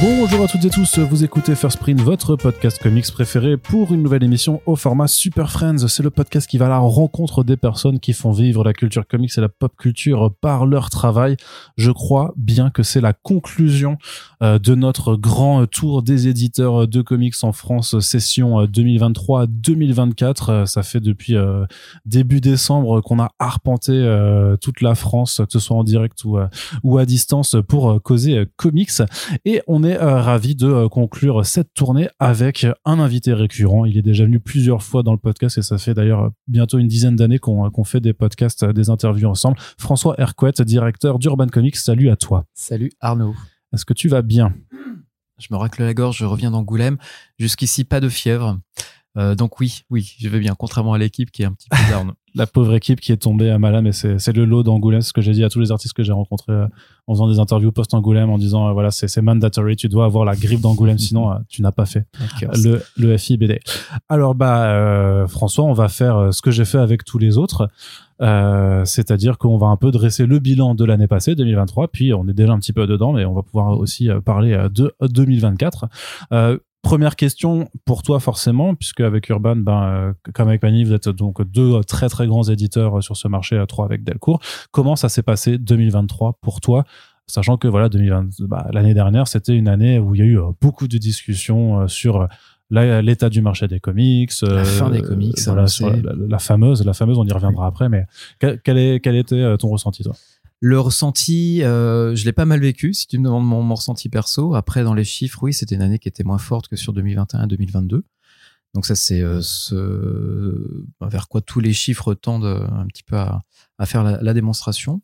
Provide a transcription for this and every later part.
Bonjour à toutes et tous, vous écoutez First Print, votre podcast comics préféré pour une nouvelle émission au format Super Friends. C'est le podcast qui va à la rencontre des personnes qui font vivre la culture comics et la pop culture par leur travail. Je crois bien que c'est la conclusion de notre grand tour des éditeurs de comics en France, session 2023-2024. Ça fait depuis début décembre qu'on a arpenté toute la France, que ce soit en direct ou à distance, pour causer comics. Et on est ravi de conclure cette tournée avec un invité récurrent. Il est déjà venu plusieurs fois dans le podcast et ça fait d'ailleurs bientôt une dizaine d'années qu'on fait des podcasts, des interviews ensemble. François Hercouet, directeur d'Urban Comics. Salut à toi. Salut Arnaud. Est-ce que tu vas bien ? Je me racle la gorge, je reviens d'Angoulême. Jusqu'ici, pas de fièvre. Donc oui, je vais bien, contrairement à l'équipe qui est un petit peu down. La pauvre équipe qui est tombée à malade, mais c'est le lot d'Angoulême, ce que j'ai dit à tous les artistes que j'ai rencontrés en faisant des interviews post-Angoulême, en disant voilà, c'est mandatory, tu dois avoir la grippe d'Angoulême, sinon tu n'as pas fait le FIBD. Alors François, on va faire ce que j'ai fait avec tous les autres, c'est-à-dire qu'on va un peu dresser le bilan de l'année passée, 2023, puis on est déjà un petit peu dedans, mais on va pouvoir aussi parler de 2024. Première question pour toi forcément, puisque avec Urban, comme avec Panini, vous êtes donc deux très très grands éditeurs sur ce marché, trois avec Delcourt. Comment ça s'est passé 2023 pour toi, sachant que voilà, l'année dernière, c'était une année où il y a eu beaucoup de discussions sur l'état du marché des comics, la fin des comics, voilà, sur la fameuse, on y reviendra après, mais quel était ton ressenti, toi ? Le ressenti, je l'ai pas mal vécu, si tu me demandes mon ressenti perso. Après, dans les chiffres, oui, c'était une année qui était moins forte que sur 2021 et 2022. Donc ça, c'est vers quoi tous les chiffres tendent un petit peu à faire la démonstration.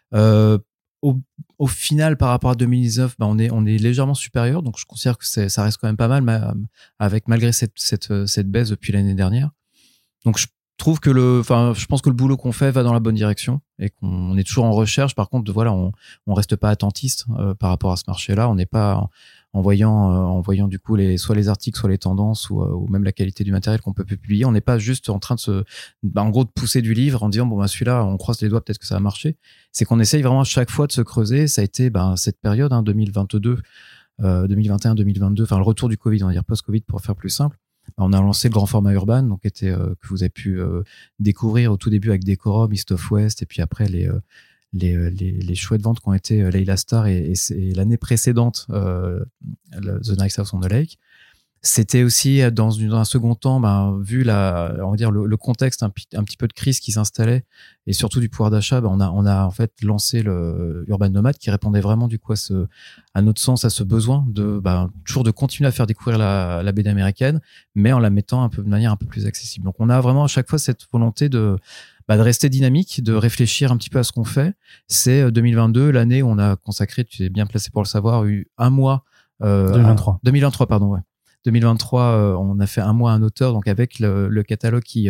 Au final, par rapport à 2019, on est légèrement supérieur. Donc je considère que ça reste quand même pas mal, malgré cette baisse depuis l'année dernière. Donc je trouve que je pense que le boulot qu'on fait va dans la bonne direction et qu'on est toujours en recherche. Par contre, voilà, on reste pas attentiste par rapport à ce marché-là. On n'est pas en voyant du coup soit les articles, soit les tendances ou même la qualité du matériel qu'on peut publier. On n'est pas juste en train de en gros de pousser du livre en disant celui-là, on croise les doigts, peut-être que ça va marcher. C'est qu'on essaye vraiment à chaque fois de se creuser. Ça a été cette période 2022, 2021, 2022, enfin le retour du Covid, on va dire post-Covid pour faire plus simple. On a lancé le grand format Urban, donc que vous avez pu découvrir au tout début avec Decorum, East of West, et puis après les chouettes ventes qui ont été Layla Starr et l'année précédente The Nice House on the Lake. C'était aussi dans un second temps, vu on va dire le contexte un petit peu de crise qui s'installait et surtout du pouvoir d'achat, on a en fait lancé le Urban Nomad qui répondait vraiment du coup à notre sens à ce besoin de toujours de continuer à faire découvrir la BD américaine, mais en la mettant de manière un peu plus accessible. Donc on a vraiment à chaque fois cette volonté de rester dynamique, de réfléchir un petit peu à ce qu'on fait. C'est 2022, l'année où on a consacré, tu es bien placé pour le savoir, eu un mois 2023, pardon, ouais. 2023, on a fait un mois à un auteur, donc avec le catalogue qui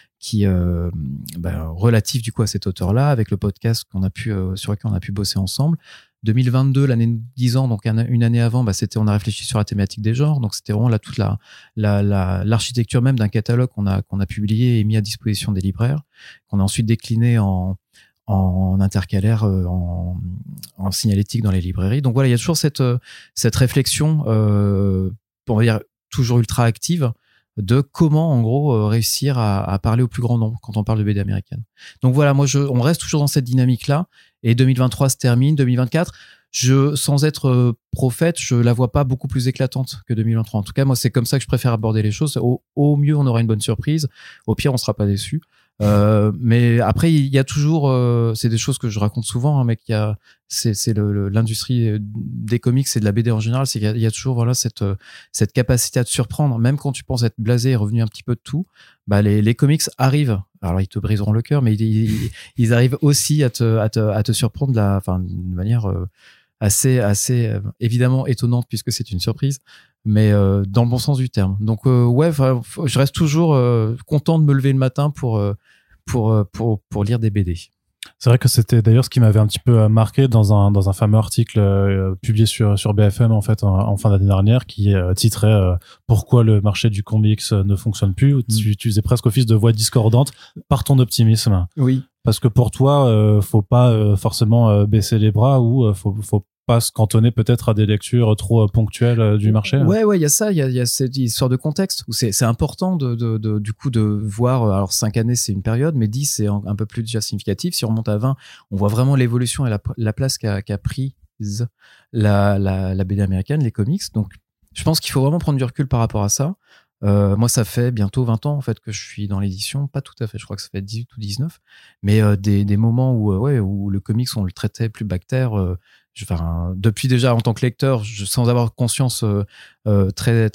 relatif du coup à cet auteur-là, avec le podcast sur lequel on a pu bosser ensemble. 2022, l'année 10 ans, donc une année avant, on a réfléchi sur la thématique des genres, donc c'était vraiment toute l'architecture même d'un catalogue qu'on a publié et mis à disposition des libraires, qu'on a ensuite décliné en intercalaire, en signalétique dans les librairies. Donc voilà, il y a toujours cette réflexion, on va dire toujours ultra active, de comment en gros réussir à parler au plus grand nombre quand on parle de BD américaine. Donc voilà, on reste toujours dans cette dynamique-là, et 2023 se termine, 2024, sans être prophète, je la vois pas beaucoup plus éclatante que 2023. En tout cas, moi, c'est comme ça que je préfère aborder les choses. Au mieux, on aura une bonne surprise. Au pire, on sera pas déçu. Mais après, il y a toujours, c'est des choses que je raconte souvent, mais c'est l'industrie des comics et de la BD en général, c'est qu'il y a toujours cette capacité à te surprendre, même quand tu penses être blasé et revenu un petit peu de tout. Les comics arrivent. Alors ils te briseront le cœur, mais ils arrivent aussi à te surprendre de manière assez évidemment étonnante puisque c'est une surprise, mais dans le bon sens du terme. Donc je reste toujours content de me lever le matin pour lire des BD. C'est vrai que c'était d'ailleurs ce qui m'avait un petit peu marqué dans un fameux article publié sur BFM en fait en fin d'année dernière, qui titrait pourquoi le marché du comics ne fonctionne plus. Tu faisais presque office de voix discordante par ton optimisme. Oui. Parce que pour toi, faut pas forcément baisser les bras, ou faut pas se cantonner peut-être à des lectures trop ponctuelles du marché. Ouais, il y a ça, il y a cette histoire de contexte où c'est important du coup de voir. Alors 5 années c'est une période, mais 10 c'est un peu plus déjà significatif. Si on remonte à 20, on voit vraiment l'évolution et la place qu'a prise la BD américaine, les comics. Donc je pense qu'il faut vraiment prendre du recul par rapport à ça. Moi, ça fait bientôt 20 ans en fait que je suis dans l'édition, pas tout à fait, je crois que ça fait 18 ou 19, mais des moments où le comics on le traitait plus bactère. Depuis déjà en tant que lecteur, sans avoir conscience très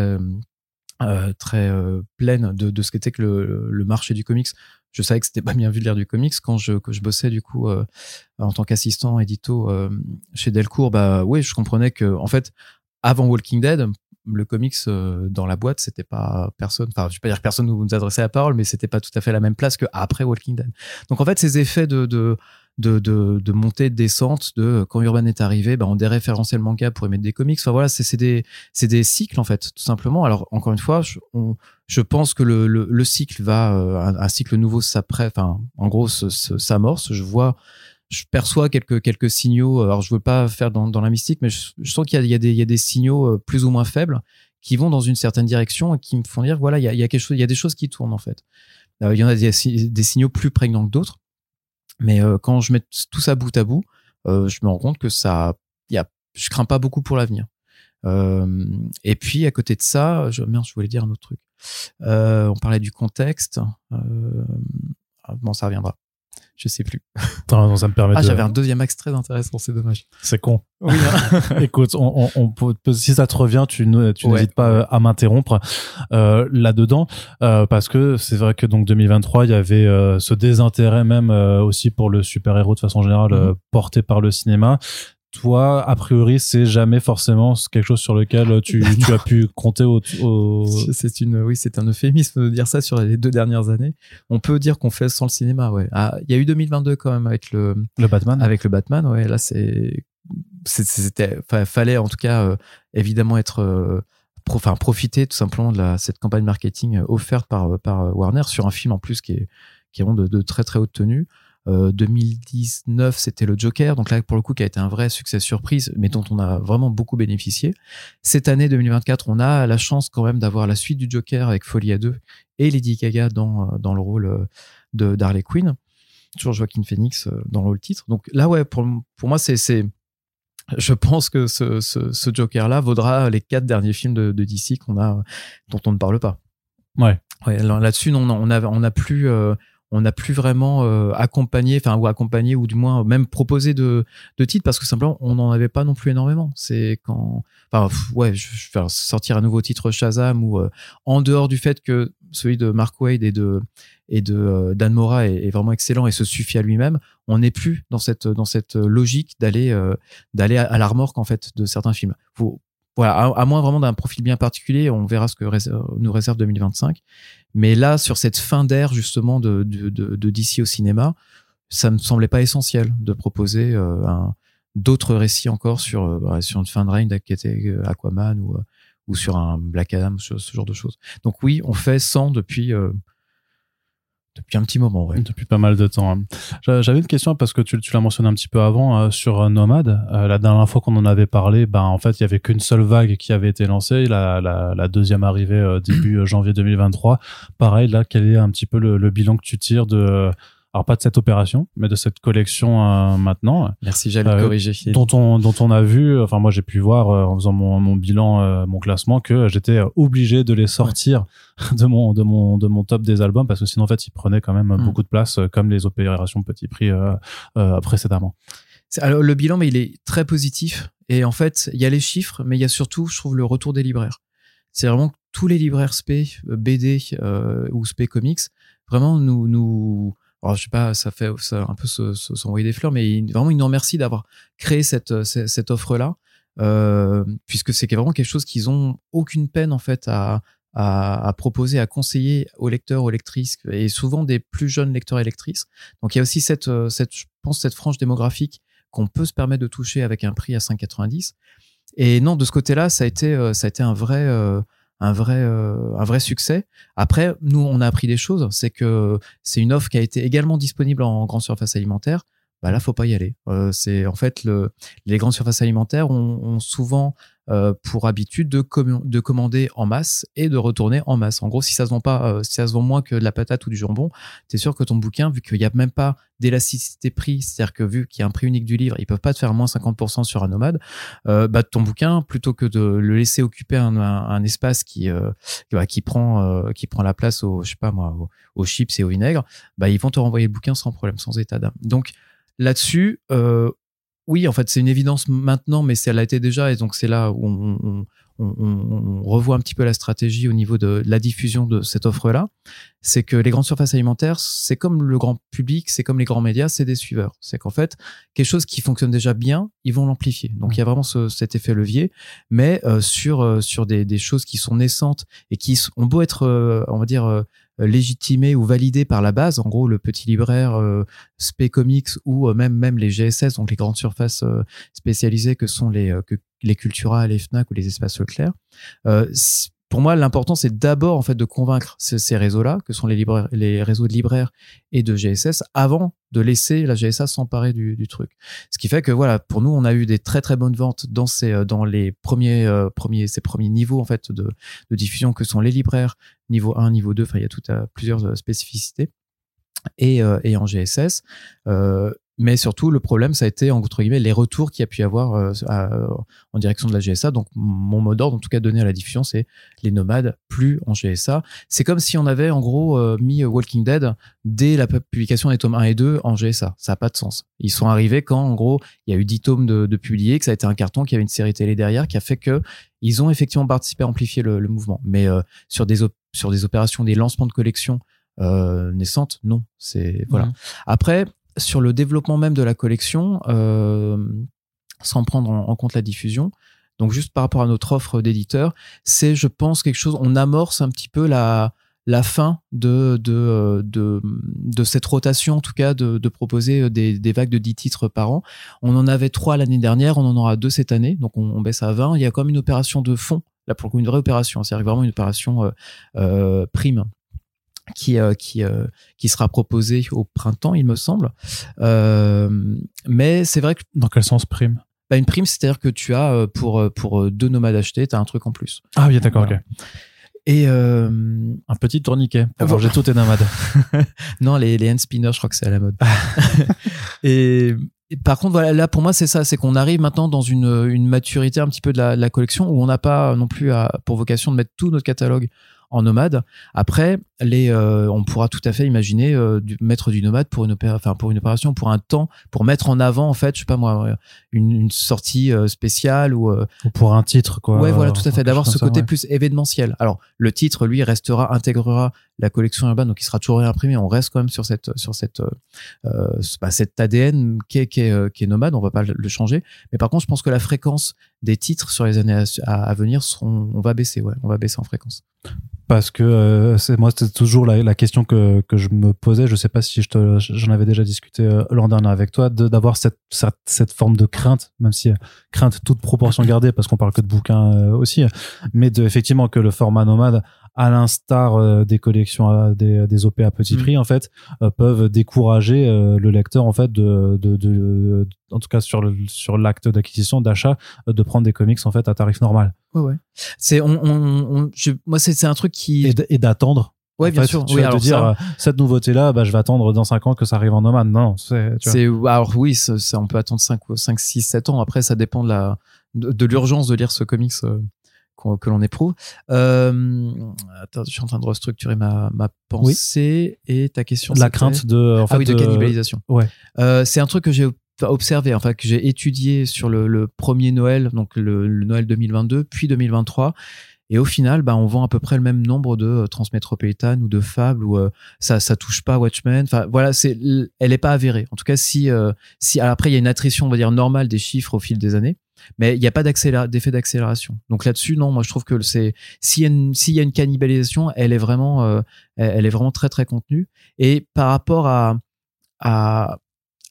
pleine de ce qu'était que le marché du comics, je savais que c'était pas bien vu de lire du comics. Quand je bossais du coup en tant qu'assistant édito chez Delcourt, je comprenais que en fait avant Walking Dead, le comics dans la boîte, c'était pas personne. Enfin, je vais pas dire que personne nous adressait la parole, mais c'était pas tout à fait la même place que après Walking Dead. Donc en fait, ces effets de montée, de descente, quand Urban est arrivé, on déréférençait le manga pour y mettre des comics. Enfin voilà, c'est des cycles en fait, tout simplement. Alors encore une fois, je pense que le cycle va, un cycle nouveau s'apprête. Enfin, en gros, s'amorce. Je perçois quelques signaux. Alors, je veux pas faire dans la mystique, mais je sens qu'il y a des signaux plus ou moins faibles qui vont dans une certaine direction et qui me font dire, voilà, il y a quelque chose, il y a des choses qui tournent, en fait. Il y en a des signaux plus prégnants que d'autres. Mais quand je mets tout ça bout à bout, je me rends compte que je crains pas beaucoup pour l'avenir. Et puis, à côté de ça, je voulais dire un autre truc. On parlait du contexte. Bon, ça reviendra. Je sais plus. Attends, ça me permet j'avais un deuxième axe très intéressant, c'est dommage. C'est con. Oui. Écoute, on peut, si ça te revient, tu n'hésites pas à m'interrompre là-dedans, parce que c'est vrai que donc 2023, il y avait ce désintérêt même aussi pour le super-héros de façon générale porté par le cinéma. Toi, a priori, c'est jamais forcément quelque chose sur lequel tu as pu compter C'est un euphémisme de dire ça sur les 2 dernières années. On peut dire qu'on fait sans le cinéma, ouais. Ah, il y a eu 2022 quand même avec le Batman. Avec le Batman, ouais. Là, fallait en tout cas évidemment profiter tout simplement de cette campagne marketing offerte par Warner sur un film en plus qui est vraiment de très très haute tenue. 2019, c'était le Joker, donc là pour le coup qui a été un vrai succès surprise, mais dont on a vraiment beaucoup bénéficié. Cette année 2024, on a la chance quand même d'avoir la suite du Joker avec Folie à 2 et Lady Gaga dans le rôle de d'Harley Quinn. Toujours Joaquin Phoenix dans le rôle titre. Donc là, ouais, pour moi, je pense que ce Joker-là vaudra les 4 derniers films de DC dont on ne parle pas. Ouais. Là-dessus, on n'a plus vraiment accompagné ou du moins même proposé de titres parce que simplement on n'en avait pas non plus énormément. C'est je vais faire sortir un nouveau titre Shazam ou en dehors du fait que celui de Mark Waid et de Dan Mora est vraiment excellent et se suffit à lui-même, on n'est plus dans cette logique d'aller à la remorque en fait de certains films. Voilà, à moins vraiment d'un profil bien particulier, on verra ce que nous réserve 2025. Mais là, sur cette fin d'ère justement de DC au cinéma, ça me semblait pas essentiel de proposer d'autres récits encore sur une fin de règne qui était Aquaman ou sur un Black Adam, ce genre de choses. Donc oui, on fait 100 depuis un petit moment, ouais. Depuis pas mal de temps. Hein. J'avais une question parce que tu l'as mentionné un petit peu avant sur Nomad. La dernière fois qu'on en avait parlé, en fait, il y avait qu'une seule vague qui avait été lancée. La deuxième arrivée début janvier 2023. Pareil, là, quel est un petit peu le bilan que tu tires alors pas de cette opération, mais de cette collection maintenant. Merci, j'allais te corriger. Dont on a vu, enfin moi j'ai pu voir en faisant mon bilan, mon classement, que j'étais obligé de les sortir de mon top des albums parce que sinon en fait ils prenaient quand même beaucoup de place comme les opérations petit prix précédemment. Alors le bilan, mais il est très positif et en fait il y a les chiffres, mais il y a surtout, je trouve, le retour des libraires. C'est vraiment que tous les libraires spé, BD ou spé comics, vraiment nous alors, je sais pas, ça fait un peu s'envoyer des fleurs, mais vraiment, ils nous remercient d'avoir créé cette offre-là, puisque c'est vraiment quelque chose qu'ils ont aucune peine, en fait, à proposer, à conseiller aux lecteurs, aux lectrices, et souvent des plus jeunes lecteurs et lectrices. Donc, il y a aussi je pense, cette frange démographique qu'on peut se permettre de toucher avec un prix à 5,90. Et non, de ce côté-là, ça a été un vrai succès. Après, nous, on a appris des choses. C'est que c'est une offre qui a été également disponible en grande surface alimentaire. bah là faut pas y aller. C'est en fait les grandes surfaces alimentaires ont souvent pour habitude de commander en masse et de retourner en masse. En gros, si ça se vend pas, si ça se vend moins que de la patate ou du jambon, t'es sûr que ton bouquin, vu qu'il y a même pas d'élasticité prix, c'est-à-dire que vu qu'il y a un prix unique du livre, ils peuvent pas te faire moins 50% sur un nomade, bah ton bouquin, plutôt que de le laisser occuper un espace qui prend la place aux chips et au vinaigre, bah ils vont te renvoyer le bouquin sans problème, sans état d'âme. Donc là-dessus, oui, en fait, c'est une évidence maintenant, mais elle a été déjà, et donc c'est là où on revoit un petit peu la stratégie au niveau de la diffusion de cette offre-là. C'est que les grandes surfaces alimentaires, c'est comme le grand public, c'est comme les grands médias, c'est des suiveurs. C'est qu'en fait, quelque chose qui fonctionne déjà bien, ils vont l'amplifier. Donc il y a vraiment cet effet levier, mais sur des choses qui sont naissantes et qui ont beau être, on va dire, légitimé ou validé par la base, en gros le petit libraire Spé Comics ou même les GSS, donc les grandes surfaces spécialisées que sont les Cultura, les Fnac ou les espaces Leclerc. Pour moi, l'important c'est d'abord en fait de convaincre ces réseaux-là, que sont les réseaux de libraires et de GSS, avant de laisser la GSA s'emparer du truc. Ce qui fait que voilà, pour nous, on a eu des très très bonnes ventes dans les premiers niveaux en fait de diffusion, que sont les libraires niveau 1, niveau 2. Enfin, il y a plusieurs spécificités et en GSS. Mais surtout, le problème, ça a été, entre guillemets, les retours qu'il y a pu y avoir en direction de la GSA. Donc, mon mot d'ordre, en tout cas, donné à la diffusion, c'est les nomades, plus en GSA. C'est comme si on avait, en gros, mis Walking Dead dès la publication des tomes 1 et 2 en GSA. Ça n'a pas de sens. Ils sont arrivés quand, en gros, il y a eu 10 tomes de publiés, que ça a été un carton, qu'il y avait une série télé derrière, qui a fait que ils ont effectivement participé à amplifier le mouvement. Mais sur des opérations, des lancements de collections naissantes, non. Voilà. Après, sur le développement même de la collection, sans prendre en compte la diffusion, donc juste par rapport à notre offre d'éditeur, c'est, je pense, quelque chose, on amorce un petit peu la fin de cette rotation, en tout cas, de proposer des vagues de 10 titres par an. On en avait 3 l'année dernière, on en aura 2 cette année, donc on baisse à 20. Il y a quand même une opération de fond, là pour le coup, une vraie opération, c'est vraiment une opération prime, qui sera proposé au printemps, il me semble. Mais c'est vrai que... Dans quel sens prime ? Bah, une prime, c'est-à-dire que tu as, pour 2 nomades achetés, tu as un truc en plus. Ah oui, d'accord, voilà. ok. Et un petit tourniquet pour manger tous tes nomades. Non, les hand spinners, je crois que c'est à la mode. et par contre, voilà, là pour moi c'est ça, c'est qu'on arrive maintenant dans une maturité un petit peu de la collection, où on n'a pas non plus pour vocation de mettre tout notre catalogue en nomade. Après, on pourra tout à fait imaginer mettre du nomade pour une opération, pour un temps, pour mettre en avant, en fait, je sais pas moi, une sortie spéciale ou pour un titre, quoi. Ouais, voilà, tout à fait, d'avoir ce côté plus événementiel. Alors, le titre, lui, intégrera la collection urbaine, donc il sera toujours réimprimé. On reste quand même sur cet ADN qui est nomade. On va pas le changer. Mais par contre, je pense que la fréquence des titres sur les années à venir on va baisser. Ouais, on va baisser en fréquence. Parce que c'était toujours la question que je me posais. Je sais pas si j'en avais déjà discuté l'an dernier avec toi, d'avoir cette forme de crainte, même si crainte toute proportion gardée, parce qu'on parle que de bouquins aussi, mais effectivement que le format nomade, à l'instar des collections, des OP à petit prix, en fait, peuvent décourager le lecteur, en fait, en tout cas sur l'acte d'acquisition, d'achat, de prendre des comics, en fait, à tarif normal. Ouais. C'est moi c'est un truc qui et d'attendre. Ouais, bien sûr. Tu vas te dire, cette nouveauté-là, je vais attendre dans 5 ans que ça arrive en nomade. Non, alors oui, on peut attendre 5, 6, 7 ans. Après, ça dépend de l'urgence de lire ce comics que l'on éprouve. Attends, je suis en train de restructurer ma pensée. Oui. Et ta question, la crainte de cannibalisation. Ouais. C'est un truc que j'ai observé, enfin que j'ai étudié sur le premier Noël, donc le Noël 2022, puis 2023. Et au final, on vend à peu près le même nombre de Transmétropolitan ou de Fable, où ça touche pas Watchmen. Enfin voilà, elle est pas avérée. En tout cas, si après il y a une attrition, on va dire normale des chiffres au fil des années, mais il n'y a pas d'effet d'accélération. Donc là-dessus, non, moi je trouve que s'il y a une cannibalisation, elle est vraiment très très contenue. Et par rapport à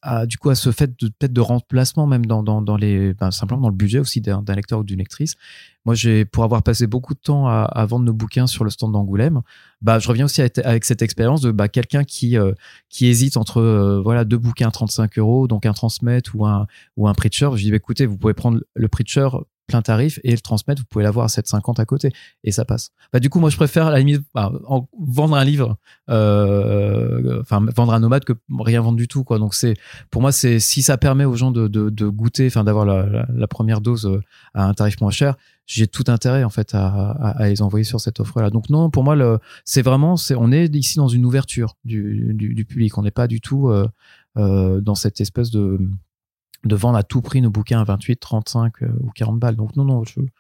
du coup à ce fait de peut-être de remplacement même dans les simplement dans le budget aussi d'un lecteur ou d'une lectrice. Moi, pour avoir passé beaucoup de temps à vendre nos bouquins sur le stand d'Angoulême, je reviens aussi avec cette expérience de quelqu'un qui hésite entre voilà 2 bouquins à 35 €, donc un Transmet ou un Preacher. Je dis écoutez, vous pouvez prendre le Preacher plein tarif et le Transmet, vous pouvez l'avoir à 7,50 à côté et ça passe. Du coup, moi, je préfère à la limite vendre un livre, vendre un nomade que rien vendre du tout, quoi. Donc pour moi, si ça permet aux gens de goûter, d'avoir la première dose à un tarif moins cher, j'ai tout intérêt en fait à les envoyer sur cette offre-là. Donc non, pour moi, on est ici dans une ouverture du public. On n'est pas du tout dans cette espèce de vendre à tout prix nos bouquins à 28, 35 ou 40 balles. Donc non,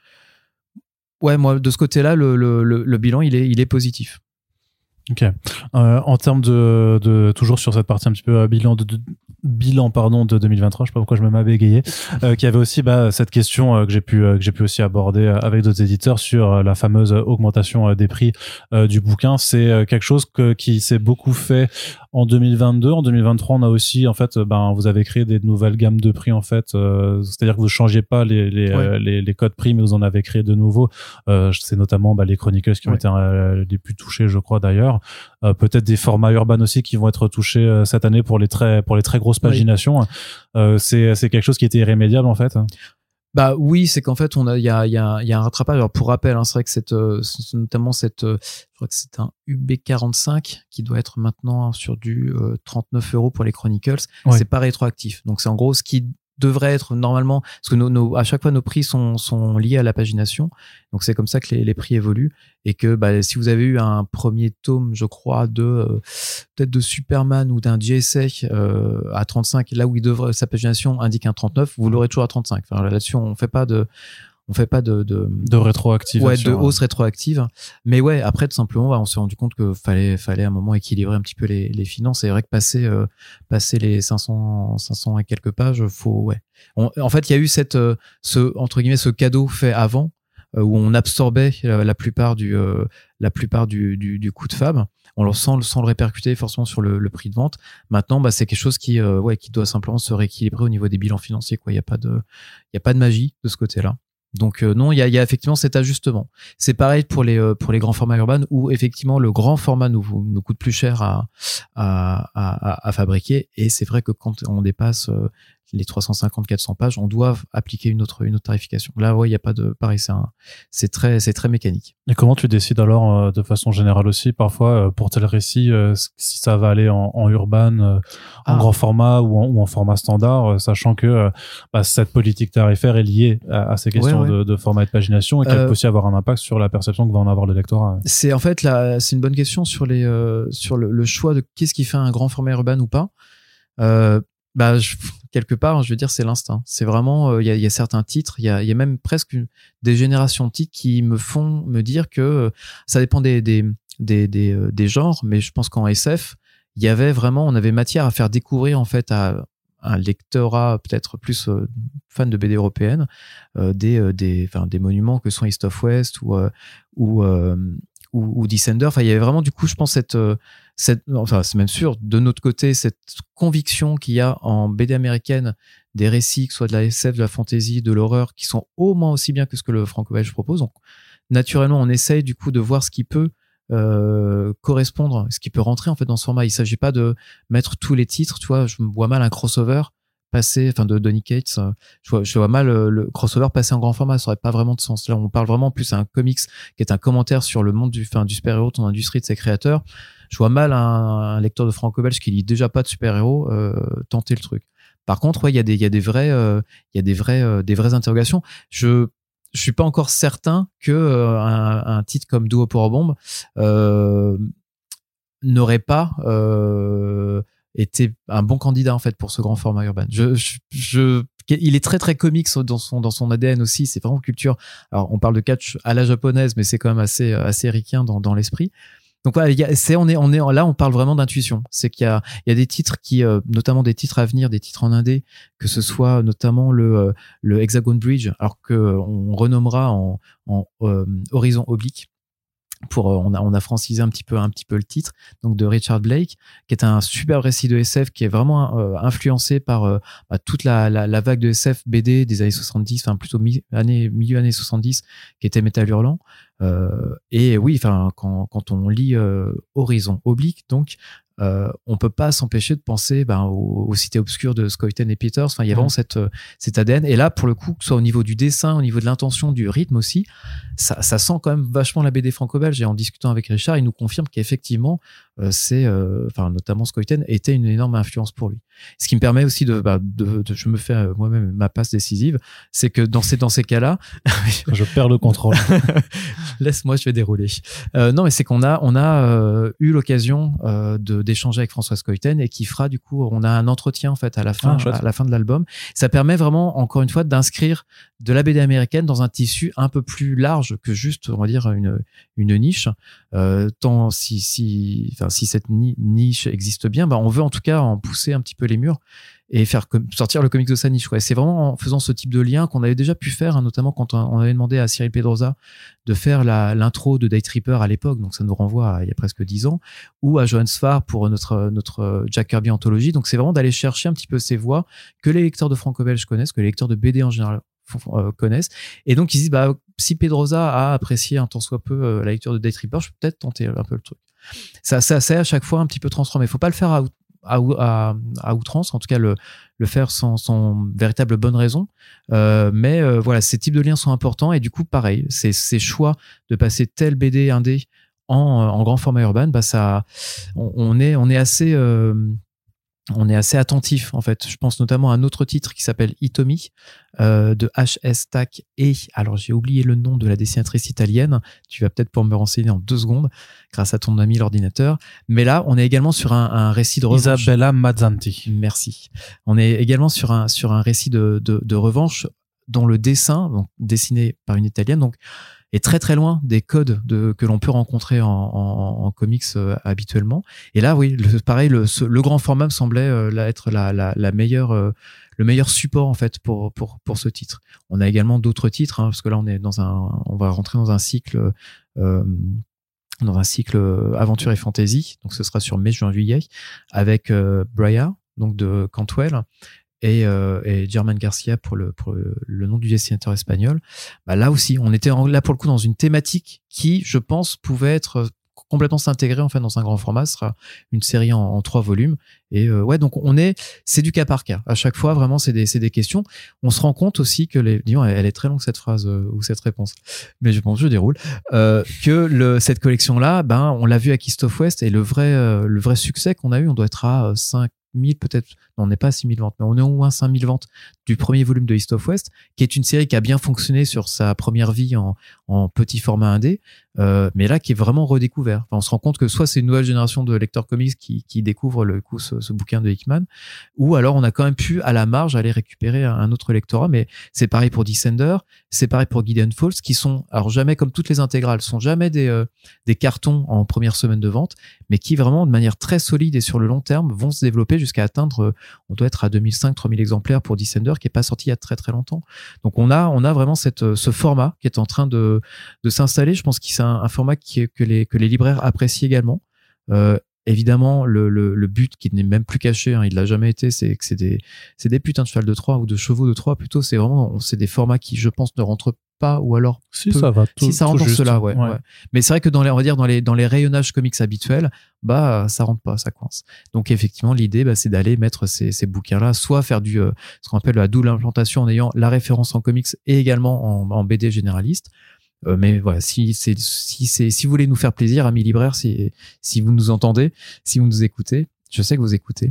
moi de ce côté-là, le bilan il est positif. Ok. En termes de toujours sur cette partie un petit peu bilan de 2023, je sais pas pourquoi je me m'avais bégayé, qu'il y avait aussi cette question que j'ai pu aussi aborder avec d'autres éditeurs sur la fameuse augmentation des prix du bouquin. C'est quelque chose qui s'est beaucoup fait en 2022. En 2023, on a aussi en fait vous avez créé des nouvelles gammes de prix en fait, c'est-à-dire que vous changiez pas les codes prix, mais vous en avez créé de nouveaux. C'est notamment les Chronicles qui ont été les plus touchés, je crois d'ailleurs. Peut-être des formats urbains aussi qui vont être touchés cette année pour les très grosses paginations. C'est quelque chose qui était irrémédiable en fait. Oui, c'est qu'en fait il y a un rattrapage. Alors pour rappel, c'est vrai que c'est notamment je crois que c'est un UB45 qui doit être maintenant sur du 39 € pour les Chronicles. Ouais. C'est pas rétroactif. Donc c'est en gros ce qui devrait être normalement, parce que à chaque fois nos prix sont liés à la pagination, donc c'est comme ça que les prix évoluent, et que si vous avez eu un premier tome, je crois, peut-être de Superman ou d'un JSA à 35, là où sa pagination indique un 39, vous l'aurez toujours à 35. Là-dessus on fait pas de rétroactivation, de hausse rétroactive. Mais après tout simplement on s'est rendu compte que fallait à un moment équilibrer un petit peu les finances. C'est vrai que passer les 500 et quelques pages, en fait il y a eu entre guillemets ce cadeau fait avant où on absorbait la plupart du coût de fab, sans le répercuter forcément sur le prix de vente. Maintenant c'est quelque chose qui doit simplement se rééquilibrer au niveau des bilans financiers, quoi. Il y a pas de magie de ce côté-là. Donc non, il y a effectivement cet ajustement. C'est pareil pour les grands formats urbains où effectivement le grand format nous coûte plus cher à fabriquer, et c'est vrai que quand on dépasse les 350-400 pages, on doit appliquer une autre tarification. Là, il y a pas de pareil, c'est très mécanique. Et comment tu décides alors de façon générale aussi parfois pour tel récit si ça va aller en urban, en grand format ou en format standard, sachant que cette politique tarifaire est liée à ces questions de format et de pagination, et qu'elle peut aussi avoir un impact sur la perception que va en avoir le lectorat. C'est en fait c'est une bonne question sur le choix de qu'est-ce qui fait un grand format urbain ou pas. Quelque part, je veux dire, c'est l'instinct. C'est vraiment, il y a certains titres, il y a même presque des générations de titres qui me font me dire que ça dépend des genres, mais je pense qu'en SF, on avait matière à faire découvrir en fait à un lectorat peut-être plus fan de BD européenne des monuments que sont East of West ou Descender. Il y avait vraiment, du coup, je pense c'est même sûr, de notre côté, cette conviction qu'il y a en BD américaine des récits, que ce soit de la SF, de la fantasy, de l'horreur, qui sont au moins aussi bien que ce que le franco-belge propose. Donc, naturellement, on essaye du coup de voir ce qui peut correspondre, ce qui peut rentrer en fait dans ce format. Il s'agit pas de mettre tous les titres, tu vois. Je me vois mal un crossover de Donny Cates, je vois mal le crossover passer en grand format, ça aurait pas vraiment de sens. Là, on parle vraiment plus à un comics qui est un commentaire sur le monde du super-héros, ton industrie, de ses créateurs. Je vois mal un lecteur de franco-belge qui lit déjà pas de super-héros tenter le truc. Par contre, il y a des vraies interrogations. Je suis pas encore certain que un titre comme Duo pour Bombe n'aurait pas était un bon candidat en fait pour ce grand format urbain. Il est très très comics dans son ADN aussi. C'est vraiment culture. Alors on parle de catch à la japonaise, mais c'est quand même assez ricain dans l'esprit. Donc voilà, là on parle vraiment d'intuition. C'est qu'il y a des titres qui, notamment des titres à venir, des titres en indé, que ce soit notamment le Hexagon Bridge, alors que on renommera en Horizon Oblique. On a francisé un petit peu le titre, donc de Richard Blake, qui est un super récit de SF qui est vraiment influencé par toute la vague de SF BD des années 70, enfin plutôt milieu années 70, qui était Métal Hurlant. Et oui, enfin quand on lit Horizon Oblique, donc on peut pas s'empêcher de penser aux cités obscures de Scoyten et Peters. Enfin, il y a vraiment cet ADN. Et là, pour le coup, que ce soit au niveau du dessin, au niveau de l'intention, du rythme aussi, ça sent quand même vachement la BD franco-belge. Et en discutant avec Richard, il nous confirme qu'effectivement, notamment Scoyten était une énorme influence pour lui. Ce qui me permet aussi je me fais moi-même ma passe décisive, c'est que dans ces cas-là, je perds le contrôle. Laisse-moi, je vais dérouler. Non, mais c'est qu'on a eu l'occasion d'échanger avec François Scoyten et qui fera du coup, on a un entretien en fait à la fin de l'album. Ça permet vraiment, encore une fois, d'inscrire de la BD américaine dans un tissu un peu plus large que juste, on va dire, une niche. Tant si cette niche existe bien, on veut en tout cas en pousser un petit peu les murs et faire sortir le comics de sa niche. C'est vraiment en faisant ce type de lien qu'on avait déjà pu faire, notamment quand on avait demandé à Cyril Pedrosa de faire l'intro de Day Tripper à l'époque, donc ça nous renvoie à il y a presque 10 ans, ou à Johan Sfar pour notre Jack Kirby anthologie. Donc c'est vraiment d'aller chercher un petit peu ces voix que les lecteurs de franco-belge connaissent, que les lecteurs de BD en général connaissent, et donc ils se disent si Pedrosa a apprécié un tant soit peu la lecture de Day Tripper, je peux peut-être tenter un peu le truc. Ça c'est à chaque fois un petit peu transformé. Faut pas le faire à outrance, en tout cas le faire sans véritable bonne raison, mais voilà, ces types de liens sont importants. Et du coup pareil, ces choix de passer tel BD indé en grand format urbain, on est assez attentif en fait. Je pense notamment à un autre titre qui s'appelle Itomi de H.S. Tack et alors j'ai oublié le nom de la dessinatrice italienne, tu vas peut-être pouvoir me renseigner en 2 secondes grâce à ton ami l'ordinateur. Mais là on est également sur un récit de revanche. Isabella Mazzanti. Merci. On est également sur un récit de revanche dont le dessin, donc dessiné par une italienne, donc est très très loin des codes que l'on peut rencontrer en comics habituellement. Et là, oui, le grand format me semblait être la meilleure, le meilleur support en fait pour ce titre. On a également d'autres titres, parce que là on va rentrer dans un cycle. Dans un cycle aventure et fantasy, donc ce sera sur mai, juin, juillet, avec Briar, donc de Cantwell, et Germán Garcia pour le nom du dessinateur espagnol. Là aussi, on était là pour le coup dans une thématique qui, je pense, pouvait être complètement s'intégrer en fait dans un grand format. Ce sera une série en 3 volumes. Et donc c'est du cas par cas. À chaque fois, vraiment, c'est des questions. On se rend compte aussi que elle est très longue cette phrase ou cette réponse, mais je déroule. Que cette collection-là, on l'a vu à East of West, et le vrai succès qu'on a eu, on doit être à 5 000 peut-être, non, on n'est pas à 6 000 ventes, mais on est au moins 5 000 ventes du premier volume de East of West, qui est une série qui a bien fonctionné sur sa première vie en petit format indé, mais là qui est vraiment redécouvert. Enfin, on se rend compte que soit c'est une nouvelle génération de lecteurs comics qui découvre le coup ce bouquin de Hickman, ou alors on a quand même pu à la marge aller récupérer un autre lectorat. Mais c'est pareil pour Descender, c'est pareil pour Gideon Falls, qui sont alors jamais, comme toutes les intégrales, sont jamais des cartons en première semaine de vente, mais qui vraiment de manière très solide et sur le long terme vont se développer jusqu'à atteindre, on doit être à 2005-3000 exemplaires pour Descender, qui est pas sorti il y a très très longtemps. Donc on a vraiment ce format qui est en train de s'installer. Je pense que c'est un format que les libraires apprécient également. Évidemment, le but qui n'est même plus caché, il l'a jamais été, c'est que c'est des putains de cheval de Troie ou de chevaux de Troie plutôt. C'est des formats qui, je pense, ne rentrent pas, ou alors ça va tout, si ça rentre dans cela, ouais. Mais c'est vrai que on va dire dans les rayonnages comics habituels, ça rentre pas, ça coince. Donc effectivement, l'idée, c'est d'aller mettre ces bouquins-là, soit faire ce qu'on appelle la double implantation en ayant la référence en comics et également en BD généraliste. Mais voilà, si vous voulez nous faire plaisir, amis libraires, si vous nous entendez, si vous nous écoutez, je sais que vous écoutez,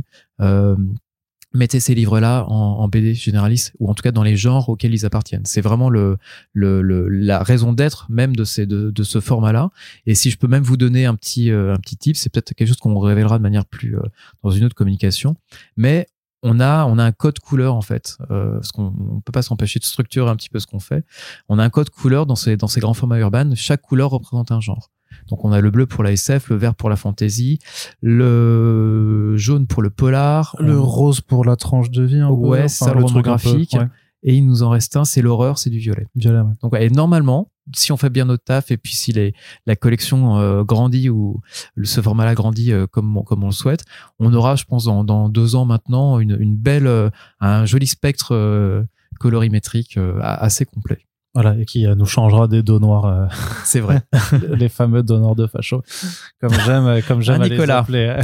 mettez ces livres-là en BD généraliste, ou en tout cas dans les genres auxquels ils appartiennent. C'est vraiment la raison d'être même de ce format-là. Et si je peux même vous donner un petit tip, c'est peut-être quelque chose qu'on révélera de manière plus dans une autre communication, mais on a un code couleur en fait, parce qu'on peut pas s'empêcher de structurer un petit peu ce qu'on fait. On a un code couleur dans ces grands formats urbains. Chaque couleur représente un genre. Donc on a le bleu pour la SF, le vert pour la fantasy, le jaune pour le polar, le rose pour la tranche de vie, c'est ça, le roman graphique. Et il nous en reste un, c'est l'horreur, c'est du violet. Ouais. Donc et normalement, si on fait bien notre taf et puis si la collection grandit ou ce format-là grandit comme on le souhaite, on aura, je pense, dans 2 ans maintenant, une belle, un joli spectre colorimétrique assez complet. Voilà, et qui nous changera des dos noirs. C'est vrai. Les fameux dos noirs de facho. Comme j'aime à les appeler.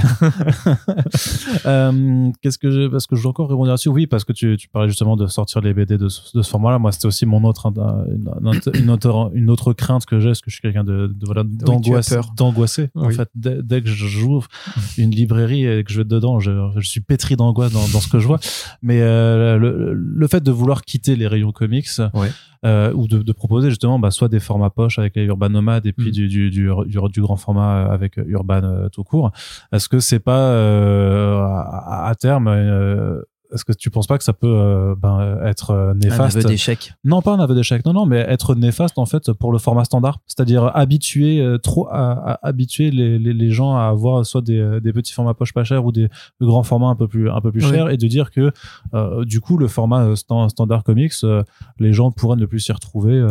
Parce que je dois encore rebondir là-dessus. Oui, parce que tu parlais justement de sortir les BD de ce format-là. Moi, c'était aussi mon autre, une autre crainte que j'ai, parce que je suis quelqu'un d'angoissé. Oui. En fait, dès que j'ouvre une librairie et que je vais dedans, je suis pétri d'angoisse dans ce que je vois. Mais, le fait de vouloir quitter les rayons comics, ouais. Ou de proposer justement soit des formats poche avec les Urban Nomades et puis du grand format avec Urban tout court. Est-ce que c'est pas à terme est-ce que tu penses pas que ça peut être néfaste? Un aveu d'échec. Non, pas un aveu d'échec. Non, mais être néfaste en fait pour le format standard. C'est-à-dire habituer les gens à avoir soit des petits formats poche pas chers ou des grands formats un peu plus chers, et de dire que du coup le format standard comics, les gens pourraient ne plus s'y retrouver.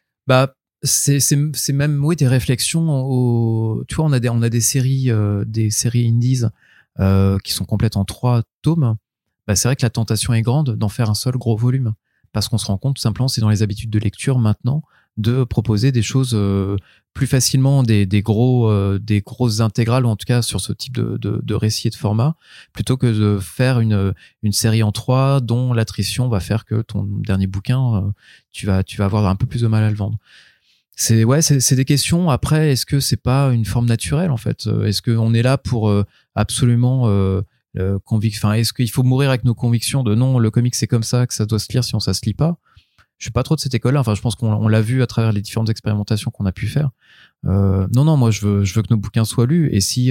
C'est même des réflexions tu vois, on a des séries indies qui sont complètes en 3 tomes. C'est vrai que la tentation est grande d'en faire un seul gros volume, parce qu'on se rend compte tout simplement, c'est dans les habitudes de lecture maintenant de proposer des choses plus facilement, des grosses intégrales, ou en tout cas sur ce type de récit et de format, plutôt que de faire une série en 3 dont l'attrition va faire que ton dernier bouquin, tu vas avoir un peu plus de mal à le vendre. C'est des questions. Après, est-ce que c'est pas une forme naturelle en fait? Est-ce qu'on est là pour absolument est-ce qu'il faut mourir avec nos convictions de non, le comic c'est comme ça, que ça doit se lire, sinon ça se lit pas? Je suis pas trop de cette école-là. Enfin, je pense qu'on l'a vu à travers les différentes expérimentations qu'on a pu faire. Non, moi je veux que nos bouquins soient lus, et si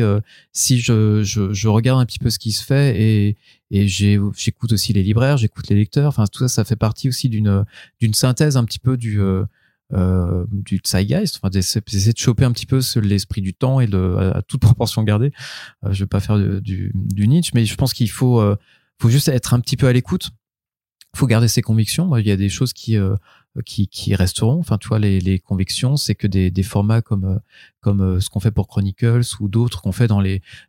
je regarde un petit peu ce qui se fait, et j'écoute aussi les libraires, j'écoute les lecteurs. Enfin, tout ça fait partie aussi d'une synthèse un petit peu du zeitgeist, enfin d'essayer de choper un petit peu l'esprit du temps, et à toute proportion gardée. Je vais pas faire du Nietzsche, mais je pense qu'il faut juste être un petit peu à l'écoute. Faut garder ses convictions. Il y a des choses qui resteront. Enfin, tu vois, les convictions, c'est que des formats comme ce qu'on fait pour Chronicles, ou d'autres qu'on fait dans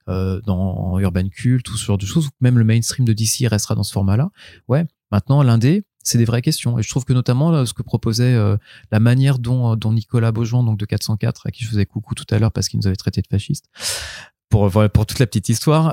Urban Cult, ou ce genre de choses, même le mainstream de DC restera dans ce format-là. Ouais. Maintenant, l'indé, c'est des vraies questions. Et je trouve que notamment ce que proposait la manière dont Nicolas Beaujean, donc de 404, à qui je faisais coucou tout à l'heure parce qu'il nous avait traité de fascistes, pour toute la petite histoire,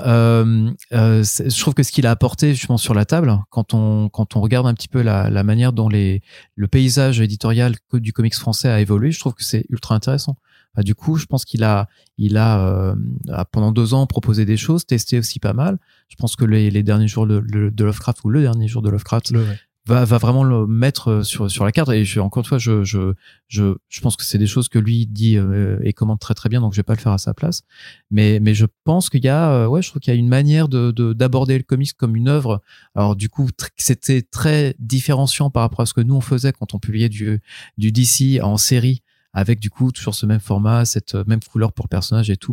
je trouve que ce qu'il a apporté justement sur la table, quand on regarde un petit peu la manière dont le paysage éditorial du comics français a évolué, je trouve que c'est ultra intéressant. Du coup, je pense qu'il a pendant 2 ans proposé des choses, testé aussi pas mal. Je pense que les derniers jours de Lovecraft, ou le dernier jour de Lovecraft, va vraiment le mettre sur la carte. Et encore une fois, je pense que c'est des choses que lui dit et commente très très bien, donc je vais pas le faire à sa place. Mais je pense qu'il y a je trouve qu'il y a une manière d'aborder le comics comme une œuvre. Alors du coup, c'était très différenciant par rapport à ce que nous on faisait quand on publiait du DC en série, avec du coup toujours ce même format, cette même couleur pour le personnage et tout.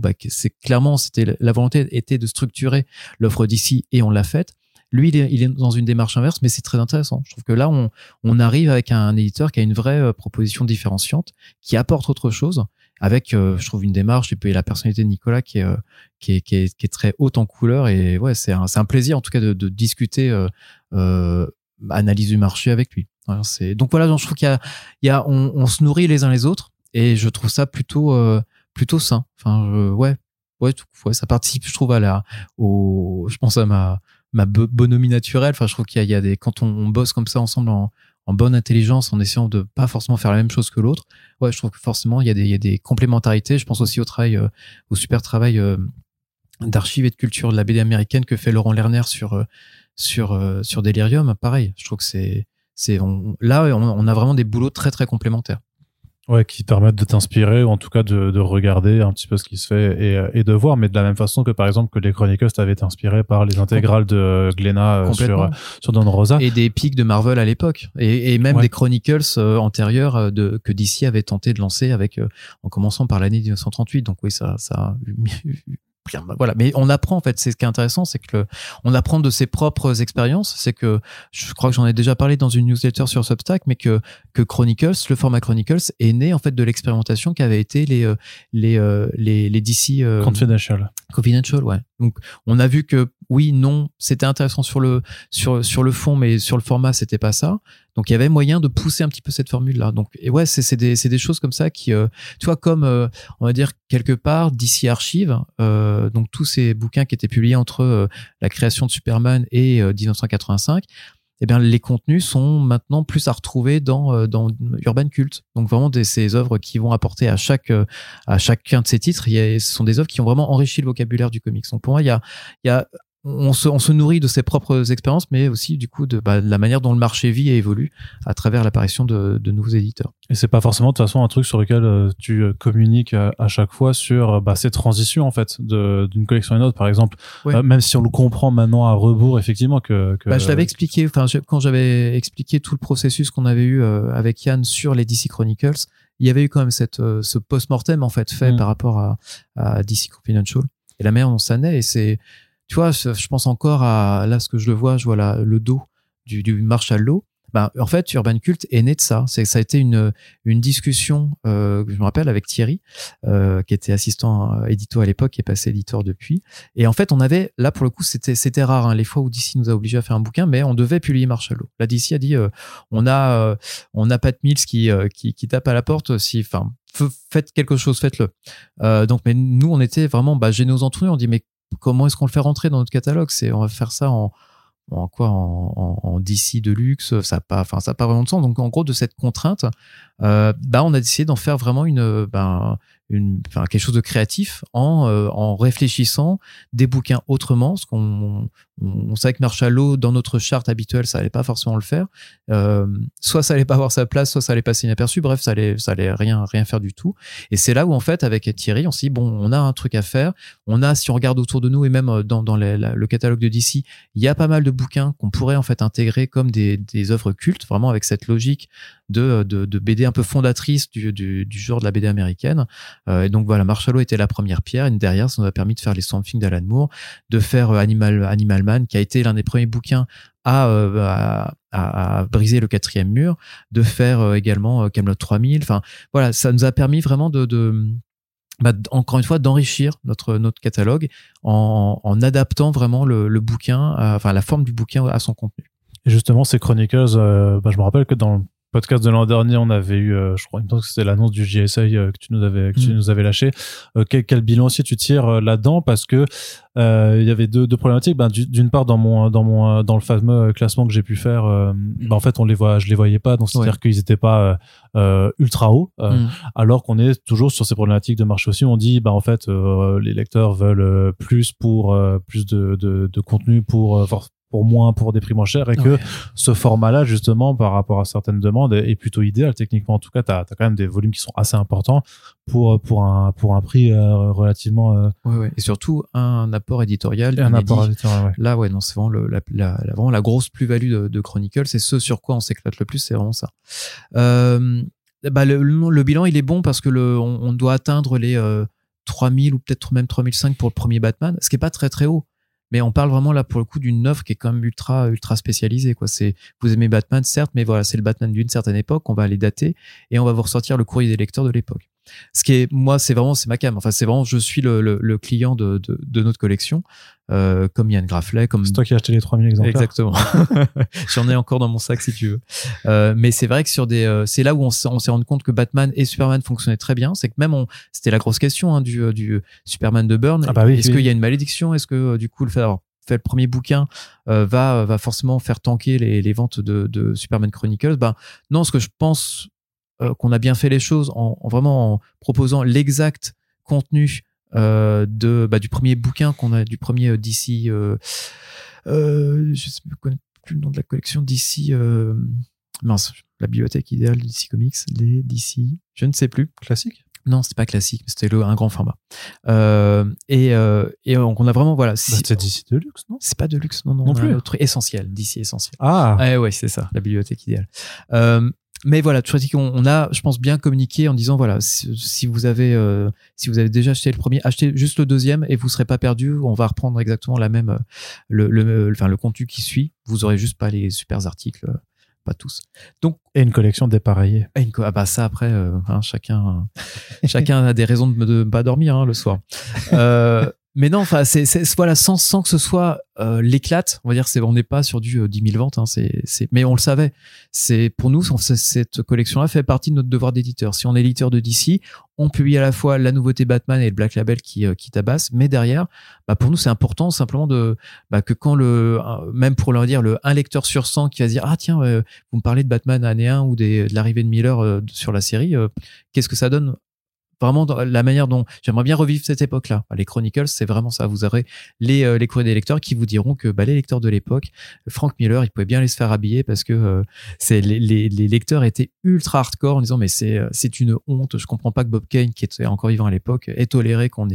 La volonté était de structurer l'offre DC, et on l'a faite. Lui, il est dans une démarche inverse, mais c'est très intéressant. Je trouve que là, on arrive avec un éditeur qui a une vraie proposition différenciante, qui apporte autre chose, avec, je trouve, une démarche, et puis la personnalité de Nicolas qui est très haute en couleur. Et ouais, c'est un plaisir, en tout cas, de discuter analyse du marché avec lui. Voilà, donc voilà, je trouve on se nourrit les uns les autres, et je trouve ça plutôt sain. Enfin, ça participe, je trouve, je pense à ma bonhomie naturelle. Enfin, je trouve qu'il y a quand on bosse comme ça ensemble en bonne intelligence, en essayant de pas forcément faire la même chose que l'autre. Ouais, je trouve que forcément il y a des complémentarités. Je pense aussi au super travail d'archives et de culture de la BD américaine que fait Laurent Lerner sur Delirium. Pareil, je trouve que on a vraiment des boulots très très complémentaires. Ouais, qui permettent de t'inspirer, ou en tout cas de regarder un petit peu ce qui se fait et de voir, mais de la même façon que par exemple que les Chronicles t'avaient été inspiré par les intégrales de Glénat sur Don Rosa. Et des pics de Marvel à l'époque. Et même des Chronicles antérieures que DC avait tenté de lancer en commençant par l'année 1938. Donc oui, ça a voilà. Mais on apprend, en fait, c'est ce qui est intéressant, c'est que on apprend de ses propres expériences. C'est que, je crois que j'en ai déjà parlé dans une newsletter sur Substack, mais que Chronicles, le format Chronicles est né, en fait, de l'expérimentation qu'avaient été les DC, Confidential, ouais. Donc, on a vu que, oui, non, c'était intéressant sur le fond, mais sur le format, c'était pas ça. Donc, il y avait moyen de pousser un petit peu cette formule-là. Donc, et ouais, c'est des choses comme ça qui, tu vois, comme, on va dire, quelque part, DC Archive, donc tous ces bouquins qui étaient publiés entre la création de Superman et 1985, eh bien, les contenus sont maintenant plus à retrouver dans Urban Cult. Donc, vraiment, ces œuvres qui vont apporter à chacun de ces titres, ce sont des œuvres qui ont vraiment enrichi le vocabulaire du comics. Donc, pour moi, on se nourrit de ses propres expériences, mais aussi du coup de la manière dont le marché vit et évolue à travers l'apparition de nouveaux éditeurs. Et c'est pas forcément de toute façon un truc sur lequel tu communiques à chaque fois sur ces transitions en fait d'une collection à une autre, par exemple. Ouais. Même si on le comprend maintenant à rebours, effectivement que je l'avais expliqué. Enfin, quand j'avais expliqué tout le processus qu'on avait eu avec Yann sur les DC Chronicles, il y avait eu quand même ce post-mortem en fait fait par rapport à DC Confidential et la manière dont ça naît. Et c'est, tu vois, je pense encore à là ce que je vois le dos du Marshall Law. En fait, Urban Cult est né de ça. Ça a été une discussion, je me rappelle, avec Thierry, qui était assistant édito à l'époque, qui est passé éditeur depuis. Et en fait, on avait, là pour le coup, c'était rare, hein, les fois où DC nous a obligés à faire un bouquin, mais on devait publier Marshall Law. Là, DC a dit, on a Pat Mills qui tape à la porte. Faites quelque chose, faites-le. Donc, mais nous, on était vraiment gênés aux entournures. On dit, mais comment est-ce qu'on le fait rentrer dans notre catalogue? On va faire ça en DC de luxe, ça n'a pas vraiment de sens. Donc en gros, de cette contrainte, on a décidé d'en faire vraiment quelque chose de créatif en réfléchissant des bouquins autrement, parce qu'on savait que Marshall Law, dans notre charte habituelle, ça allait pas forcément le faire. Soit ça allait pas avoir sa place, soit ça allait passer inaperçu. Bref, ça allait rien faire du tout. Et c'est là où, en fait, avec Thierry, on s'est dit, bon, on a un truc à faire. Si on regarde autour de nous et même dans le catalogue de DC, il y a pas mal de bouquins qu'on pourrait, en fait, intégrer comme des œuvres cultes, vraiment avec cette logique de BD un peu fondatrice du genre de la BD américaine. Et donc voilà, Marshall Law était la première pierre, et derrière, ça nous a permis de faire les Swamp Thing d'Alan Moore, de faire Animal Man, qui a été l'un des premiers bouquins à briser le 4e mur, de faire également Camelot 3000. Enfin, voilà, ça nous a permis vraiment encore une fois, d'enrichir notre catalogue en adaptant vraiment le bouquin, la forme du bouquin à son contenu. Et justement, ces Chronicles, je me rappelle que dans le podcast de l'an dernier, on avait eu, je crois, que c'était l'annonce du JSA que tu nous avais lâché. Quel bilan aussi tu tires là-dedans, parce que il y avait deux problématiques. D'une part, dans le fameux classement que j'ai pu faire, en fait, je les voyais pas, donc c'est-à-dire qu'ils étaient pas ultra hauts, alors qu'on est toujours sur ces problématiques de marché aussi. On dit, en fait, les lecteurs veulent plus pour plus de contenu pour moins, pour des prix moins chers, et que ce format-là, justement, par rapport à certaines demandes, est plutôt idéal. Techniquement, en tout cas, t'as quand même des volumes qui sont assez importants pour un prix relativement et surtout un apport éditorial. Là, non, c'est vraiment vraiment la grosse plus-value de Chronicles, c'est ce sur quoi on s'éclate le plus, c'est vraiment ça. Le bilan, il est bon parce que on doit atteindre les 3000 ou peut-être même 3005 pour le premier Batman, ce qui est pas très très haut. Mais on parle vraiment là pour le coup d'une œuvre qui est quand même ultra spécialisée, quoi. Vous aimez Batman, certes, mais voilà, c'est le Batman d'une certaine époque. On va les dater et on va vous ressortir le courrier des lecteurs de l'époque. Ce qui est, moi, c'est ma cam. Enfin, c'est vraiment, je suis le client de notre collection, comme Yann Grafflet, comme. C'est toi qui as acheté les 3000 exemplaires. Exactement. J'en ai encore dans mon sac si tu veux. Mais c'est vrai que c'est là où on s'est rendu compte que Batman et Superman fonctionnaient très bien. C'est que même c'était la grosse question, du Superman de Byrne. Est-ce qu'il y a une malédiction? Est-ce que, du coup, fait le premier bouquin va forcément faire tanker les ventes de Superman Chronicles? Non, ce que je pense qu'on a bien fait les choses en proposant l'exact contenu du premier bouquin qu'on a, du premier DC, je ne connais plus le nom de la collection, DC, la bibliothèque idéale de DC Comics, les DC, je ne sais plus. Classique? Non, c'était pas classique, c'était un grand format. Et donc on a vraiment, voilà. C'est DC Deluxe, non? C'est pas Deluxe, non plus. Notre essentiel, DC essentiel. Ah. Ouais, c'est ça, la bibliothèque idéale. Mais voilà, tu vois, on a, je pense, bien communiqué en disant voilà, si vous avez déjà acheté le premier, achetez juste le deuxième et vous serez pas perdu. On va reprendre exactement la même le contenu qui suit. Vous aurez juste pas les super articles, pas tous. Donc et une collection dépareillée. Ah bah ça après, chacun a des raisons de ne pas dormir le soir. Mais non, enfin, voilà, sans que ce soit l'éclate, on va dire, on n'est pas sur du 10 000 ventes, mais on le savait. Pour nous, cette collection-là fait partie de notre devoir d'éditeur. Si on est éditeur de DC, on publie à la fois la nouveauté Batman et le Black Label qui tabasse, mais derrière, bah, pour nous, c'est important simplement que quand même pour leur dire un lecteur sur 100 qui va se dire, ah tiens, vous me parlez de Batman année 1 ou de l'arrivée de Miller sur la série, qu'est-ce que ça donne? Vraiment dans la manière dont j'aimerais bien revivre cette époque-là. Les Chronicles, c'est vraiment ça. Vous aurez les courriers des lecteurs qui vous diront que les lecteurs de l'époque, Frank Miller, il pouvait bien les se faire habiller parce que les lecteurs étaient ultra hardcore en disant mais c'est une honte. Je comprends pas que Bob Kane, qui était encore vivant à l'époque, ait toléré qu'on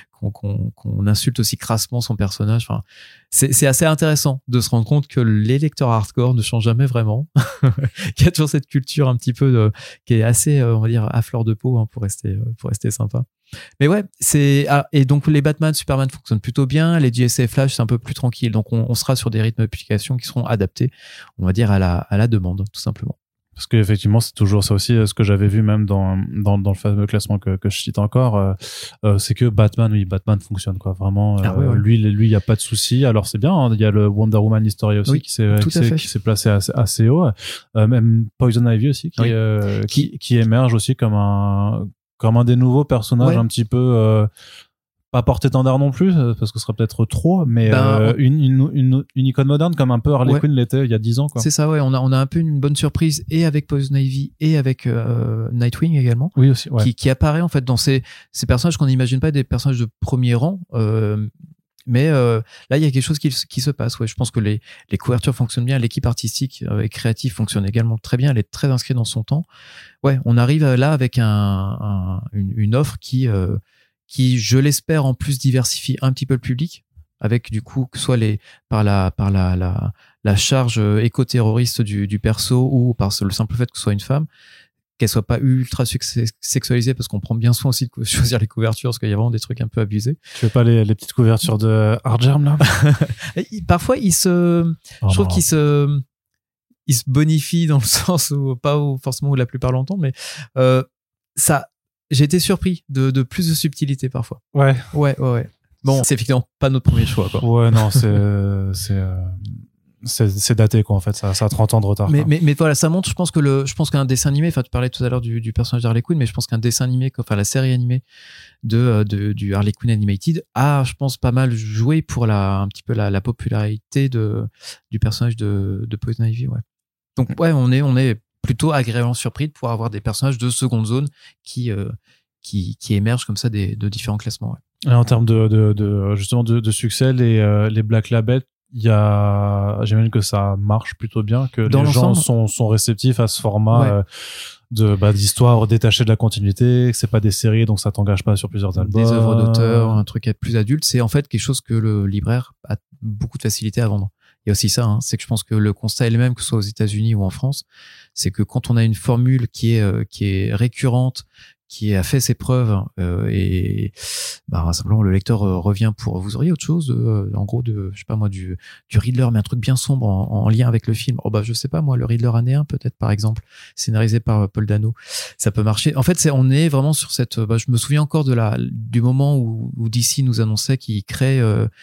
insulte aussi crassement son personnage. Enfin, c'est assez intéressant de se rendre compte que les lecteurs hardcore ne changent jamais vraiment. Qu'il y a toujours cette culture un petit peu qui est assez, on va dire, à fleur de peau pour rester sympa. Mais ouais, et donc les Batman, Superman fonctionnent plutôt bien. Les DC et Flash, c'est un peu plus tranquille. Donc on sera sur des rythmes de publication qui seront adaptés, on va dire, à la demande, tout simplement. Parce qu'effectivement, c'est toujours ça aussi, ce que j'avais vu même dans le fameux classement que je cite encore, c'est que Batman fonctionne, quoi. Vraiment, ouais. lui, il y a pas de souci. Alors, c'est bien, hein, il y a le Wonder Woman Historia aussi qui s'est placé assez haut. Même Poison Ivy aussi, qui émerge aussi comme un des nouveaux personnages un petit peu, pas porte-étendard non plus, parce que ce serait peut-être trop, mais une icône moderne comme un peu Harley Quinn l'était il y a 10 ans, quoi. C'est ça, ouais. On a un peu une bonne surprise et avec Poison Ivy et avec Nightwing également. Oui, aussi, ouais. Qui apparaît en fait dans ces personnages qu'on n'imagine pas des personnages de premier rang. Mais là, il y a quelque chose qui se passe. Ouais, je pense que les couvertures fonctionnent bien, l'équipe artistique et créative fonctionne également très bien. Elle est très inscrite dans son temps. Ouais, on arrive là avec une offre qui, je l'espère, en plus diversifie un petit peu le public, avec du coup que ce soit par la charge éco-terroriste du perso ou par le simple fait que ce soit une femme, qu'elle soit pas ultra sexualisée, parce qu'on prend bien soin aussi de choisir les couvertures, parce qu'il y a vraiment des trucs un peu abusés. Tu veux pas les petites couvertures de Hardgerm là? Parfois je trouve qu'ils se bonifient dans le sens où pas forcément où la plupart l'entendent, mais j'ai été surpris de plus de subtilité parfois. Ouais. Bon, c'est effectivement pas notre premier choix, quoi. Ouais, non, c'est daté, quoi, en fait. Ça a 30 ans de retard. Mais voilà, ça montre, je pense qu'un dessin animé, enfin, tu parlais tout à l'heure du personnage d'Harley Quinn, mais je pense qu'un dessin animé, enfin, la série animée du Harley Quinn Animated a, je pense, pas mal joué pour un petit peu la popularité du personnage de Poison Ivy, ouais. Donc, ouais, on est plutôt agréablement surpris de pouvoir avoir des personnages de seconde zone qui émergent comme ça de différents classements, ouais. Et en termes justement de succès, les Black Label, j'imagine que ça marche plutôt bien, que les gens sont réceptifs à ce format d'histoire détachée de la continuité, que c'est pas des séries, donc ça t'engage pas sur plusieurs albums. Des œuvres d'auteur, un truc plus adulte, c'est en fait quelque chose que le libraire a beaucoup de facilité à vendre. Il y a aussi ça, c'est que je pense que le constat est le même, que ce soit aux États-Unis ou en France, c'est que quand on a une formule qui est récurrente, qui a fait ses preuves, et simplement le lecteur revient pour vous auriez autre chose, en gros je sais pas moi, du Riddler, mais un truc bien sombre en lien avec le film. Je sais pas moi, le Riddler année 1 peut-être, par exemple, scénarisé par Paul Dano, ça peut marcher. En fait, on est vraiment sur cette, je me souviens encore du moment où DC nous annonçait qu'il crée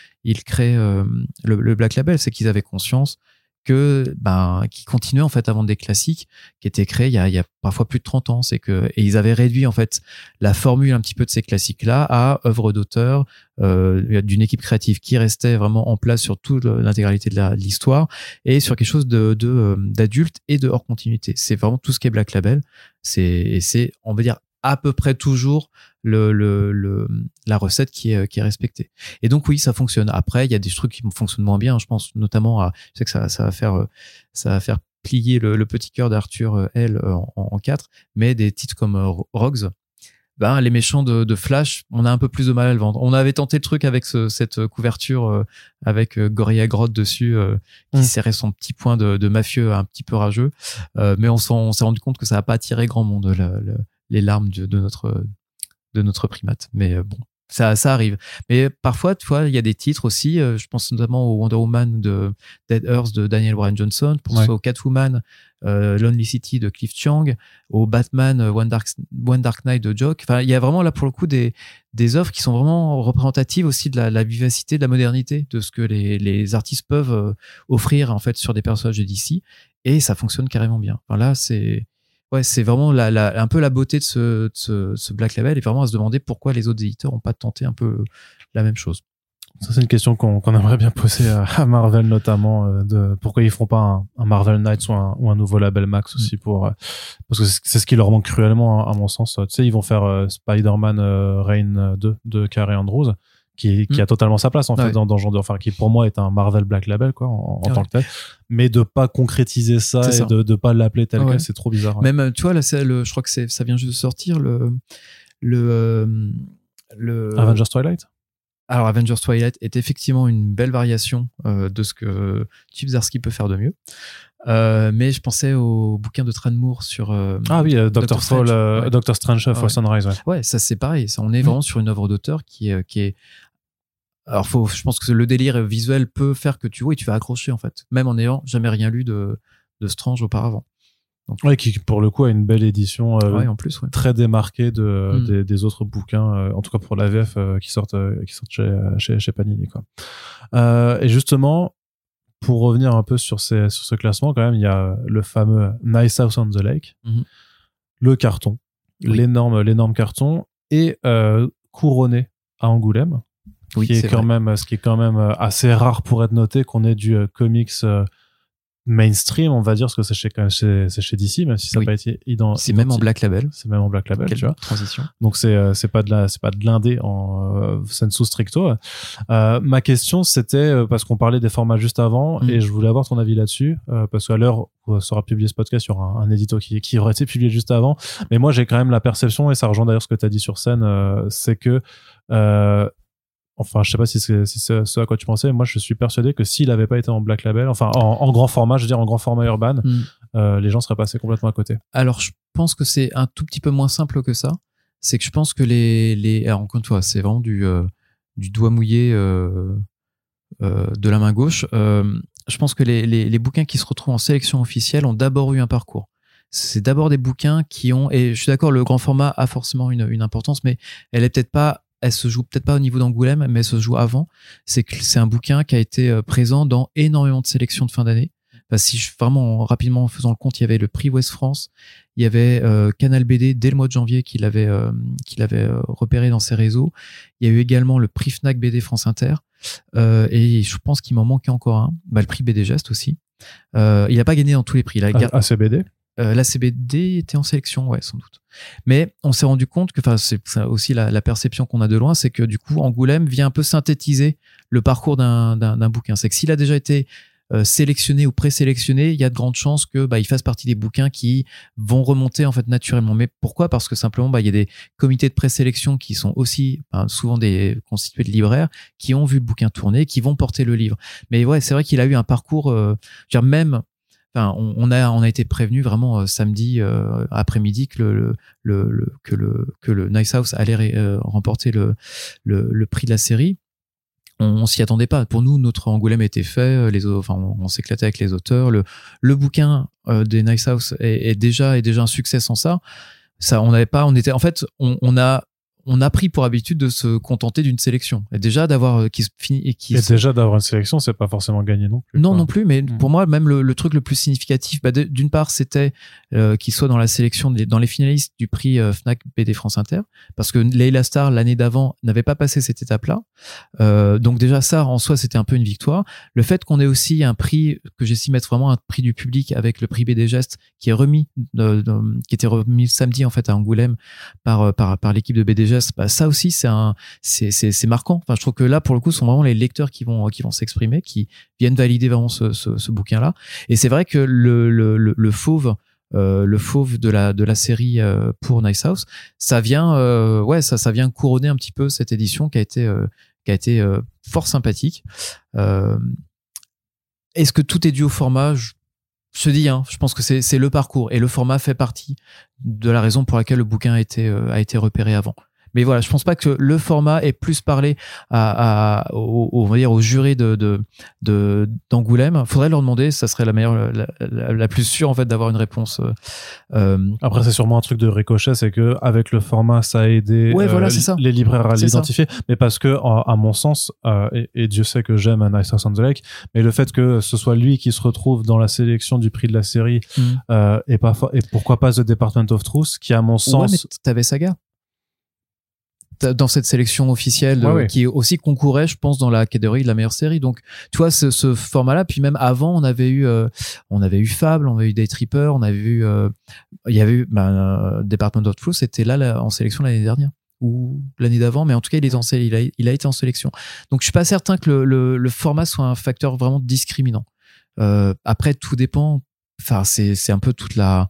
le Black Label, c'est qu'ils avaient conscience qui continuaient en fait à vendre des classiques qui étaient créés il y a parfois plus de 30 ans. Et ils avaient réduit en fait la formule un petit peu de ces classiques-là à œuvres d'auteur, d'une équipe créative qui restait vraiment en place sur toute l'intégralité de l'histoire et sur quelque chose d'adulte et de hors continuité. C'est vraiment tout ce qui est Black Label. C'est, on va dire, à peu près toujours la recette qui est respectée. Et donc oui, ça fonctionne. Après, il y a des trucs qui fonctionnent moins bien. Je pense notamment je sais que ça va faire plier le petit cœur d'Arthur L en 4, mais des titres comme Rogues, les méchants de Flash, on a un peu plus de mal à le vendre. On avait tenté le truc avec cette couverture avec Gorilla Grodd dessus qui serrait son petit point de mafieux un petit peu rageux, mais on s'est rendu compte que ça n'a pas attiré grand monde les larmes de notre primate. Mais bon, ça arrive. Mais parfois, tu vois, il y a des titres aussi. Je pense notamment au Wonder Woman de Dead Earth de Daniel Bryan Johnson, au Catwoman Lonely City de Cliff Chiang, au Batman One Dark Knight de Jock. Enfin, il y a vraiment là pour le coup des œuvres qui sont vraiment représentatives aussi de la vivacité, de la modernité, de ce que les artistes peuvent offrir en fait sur des personnages de DC, et ça fonctionne carrément bien. Enfin, là, c'est vraiment un peu la beauté de ce Black Label, et vraiment à se demander pourquoi les autres éditeurs n'ont pas tenté un peu la même chose. Ça, c'est une question qu'on aimerait bien poser à Marvel, notamment, de pourquoi ils feront pas un Marvel Knights ou un nouveau label Max aussi parce que c'est ce qui leur manque cruellement, à mon sens. Tu sais, ils vont faire Spider-Man Reign 2 de Carey Andrews, qui a totalement sa place, en fait, dans genre enfin, qui pour moi est un Marvel Black Label, quoi, en tant que tel. Mais de pas concrétiser ça et de pas l'appeler tel quel, c'est trop bizarre. Même, tu vois, là, je crois que ça vient juste de sortir le Avengers Twilight. Alors, Avengers Twilight est effectivement une belle variation de ce que Chip Zdarsky peut faire de mieux. Mais je pensais au bouquin de Tran Moore sur Doctor Strange for Sunrise. Ouais, ça c'est pareil. Ça, on est vraiment sur une œuvre d'auteur qui est. Alors, je pense que le délire visuel peut faire que tu vas accrocher, en fait, même en n'ayant jamais rien lu de Strange auparavant. Donc, qui pour le coup a une belle édition en plus, très démarquée des autres bouquins, en tout cas pour la VF qui sortent chez Panini, quoi. Et justement, pour revenir un peu sur ce classement, quand même, il y a le fameux Nice House on the Lake, le carton, l'énorme carton, et couronné à Angoulême, ce qui est quand même assez rare pour être noté, qu'on ait du comics mainstream, on va dire, parce que c'est chez DC, même si ça n'a pas été identique. C'est même en Black Label. C'est même en Black Label, tu vois. Transition. Donc c'est pas de l'indé en sensu stricto. Ma question, c'était parce qu'on parlait des formats juste avant, et je voulais avoir ton avis là-dessus, parce qu'à l'heure où sera publié ce podcast, il y aura un édito qui aurait été publié juste avant. Mais moi, j'ai quand même la perception, et ça rejoint d'ailleurs ce que tu as dit sur scène, c'est que enfin, je sais pas si c'est ce à quoi tu pensais. Moi, je suis persuadé que s'il avait pas été en Black Label, enfin en grand format, je veux dire en grand format urban, les gens seraient passés complètement à côté. Alors, je pense que c'est un tout petit peu moins simple que ça. C'est que je pense que alors, encore une fois, c'est vraiment du doigt mouillé de la main gauche. Je pense que les bouquins qui se retrouvent en sélection officielle ont d'abord eu un parcours. C'est d'abord des bouquins qui ont, et je suis d'accord, le grand format a forcément une importance, mais elle se joue peut-être pas au niveau d'Angoulême, mais elle se joue avant. C'est un bouquin qui a été présent dans énormément de sélections de fin d'année. Enfin, vraiment rapidement en faisant le compte, il y avait le prix Ouest France, il y avait Canal BD dès le mois de janvier qu'il avait repéré dans ses réseaux. Il y a eu également le prix Fnac BD France Inter, et je pense qu'il m'en manquait encore un. Le prix BD Geste aussi. Il n'a pas gagné dans tous les prix. ACBD. L'ACBD était en sélection, ouais, sans doute. Mais on s'est rendu compte que, enfin, c'est aussi la perception qu'on a de loin, c'est que du coup, Angoulême vient un peu synthétiser le parcours d'un bouquin. C'est que s'il a déjà été sélectionné ou présélectionné, il y a de grandes chances que il fasse partie des bouquins qui vont remonter en fait naturellement. Mais pourquoi ? Parce que simplement, il y a des comités de présélection qui sont aussi souvent constitués de libraires qui ont vu le bouquin tourner, qui vont porter le livre. Mais ouais, c'est vrai qu'il a eu un parcours, même. Enfin, on a été prévenu vraiment samedi après-midi que le Nice House allait remporter le prix de la série. On s'y attendait pas. Pour nous, notre Angoulême était fait. On s'éclatait avec les auteurs. Le bouquin des Nice House est déjà un succès sans ça. On a pris pour habitude de se contenter d'une sélection. Et déjà d'avoir d'avoir une sélection, c'est pas forcément gagné non plus. Non plus, mais pour moi, même le truc le plus significatif, d'une part, c'était qu'il soit dans la sélection, dans les finalistes du prix Fnac BD France Inter, parce que Leila Star, l'année d'avant, n'avait pas passé cette étape-là. Donc déjà, ça, en soi, c'était un peu une victoire. Le fait qu'on ait aussi un prix, que j'estime être vraiment un prix du public, avec le prix BD Geste, qui était remis samedi, en fait, à Angoulême, par l'équipe de BD Geste, ça aussi c'est marquant. Enfin, je trouve que là pour le coup ce sont vraiment les lecteurs qui vont s'exprimer, qui viennent valider vraiment ce bouquin là. Et c'est vrai que le fauve le fauve de la série pour Nice House, ça vient ça vient couronner un petit peu cette édition qui a été fort sympathique. Est-ce que tout est dû au format? Je te dis, je pense que c'est le parcours, et le format fait partie de la raison pour laquelle le bouquin a été repéré avant. Mais voilà, je pense pas que le format ait plus parlé on va dire au jury d'Angoulême. Faudrait leur demander, ça serait la meilleure, la plus sûre en fait d'avoir une réponse. Après, c'est sûrement un truc de ricochet, c'est que avec le format, ça a aidé les libraires à l'identifier. Mais parce que, à mon sens, et Dieu sait que j'aime Nice House on the Lake, mais le fait que ce soit lui qui se retrouve dans la sélection du prix de la série, et pourquoi pas The Department of Truth, qui à mon sens, mais t'avais Saga dans cette sélection officielle qui aussi concourait, je pense, dans la catégorie de la meilleure série. Donc, tu vois, ce format-là. Puis même avant, on avait eu Fable, on avait eu Day Tripper, on avait eu, il y avait eu Department of Truth, c'était là en sélection l'année dernière ou l'année d'avant, mais en tout cas, il a été en sélection. Donc, je suis pas certain que le format soit un facteur vraiment discriminant. Après, tout dépend. Enfin, c'est un peu toute la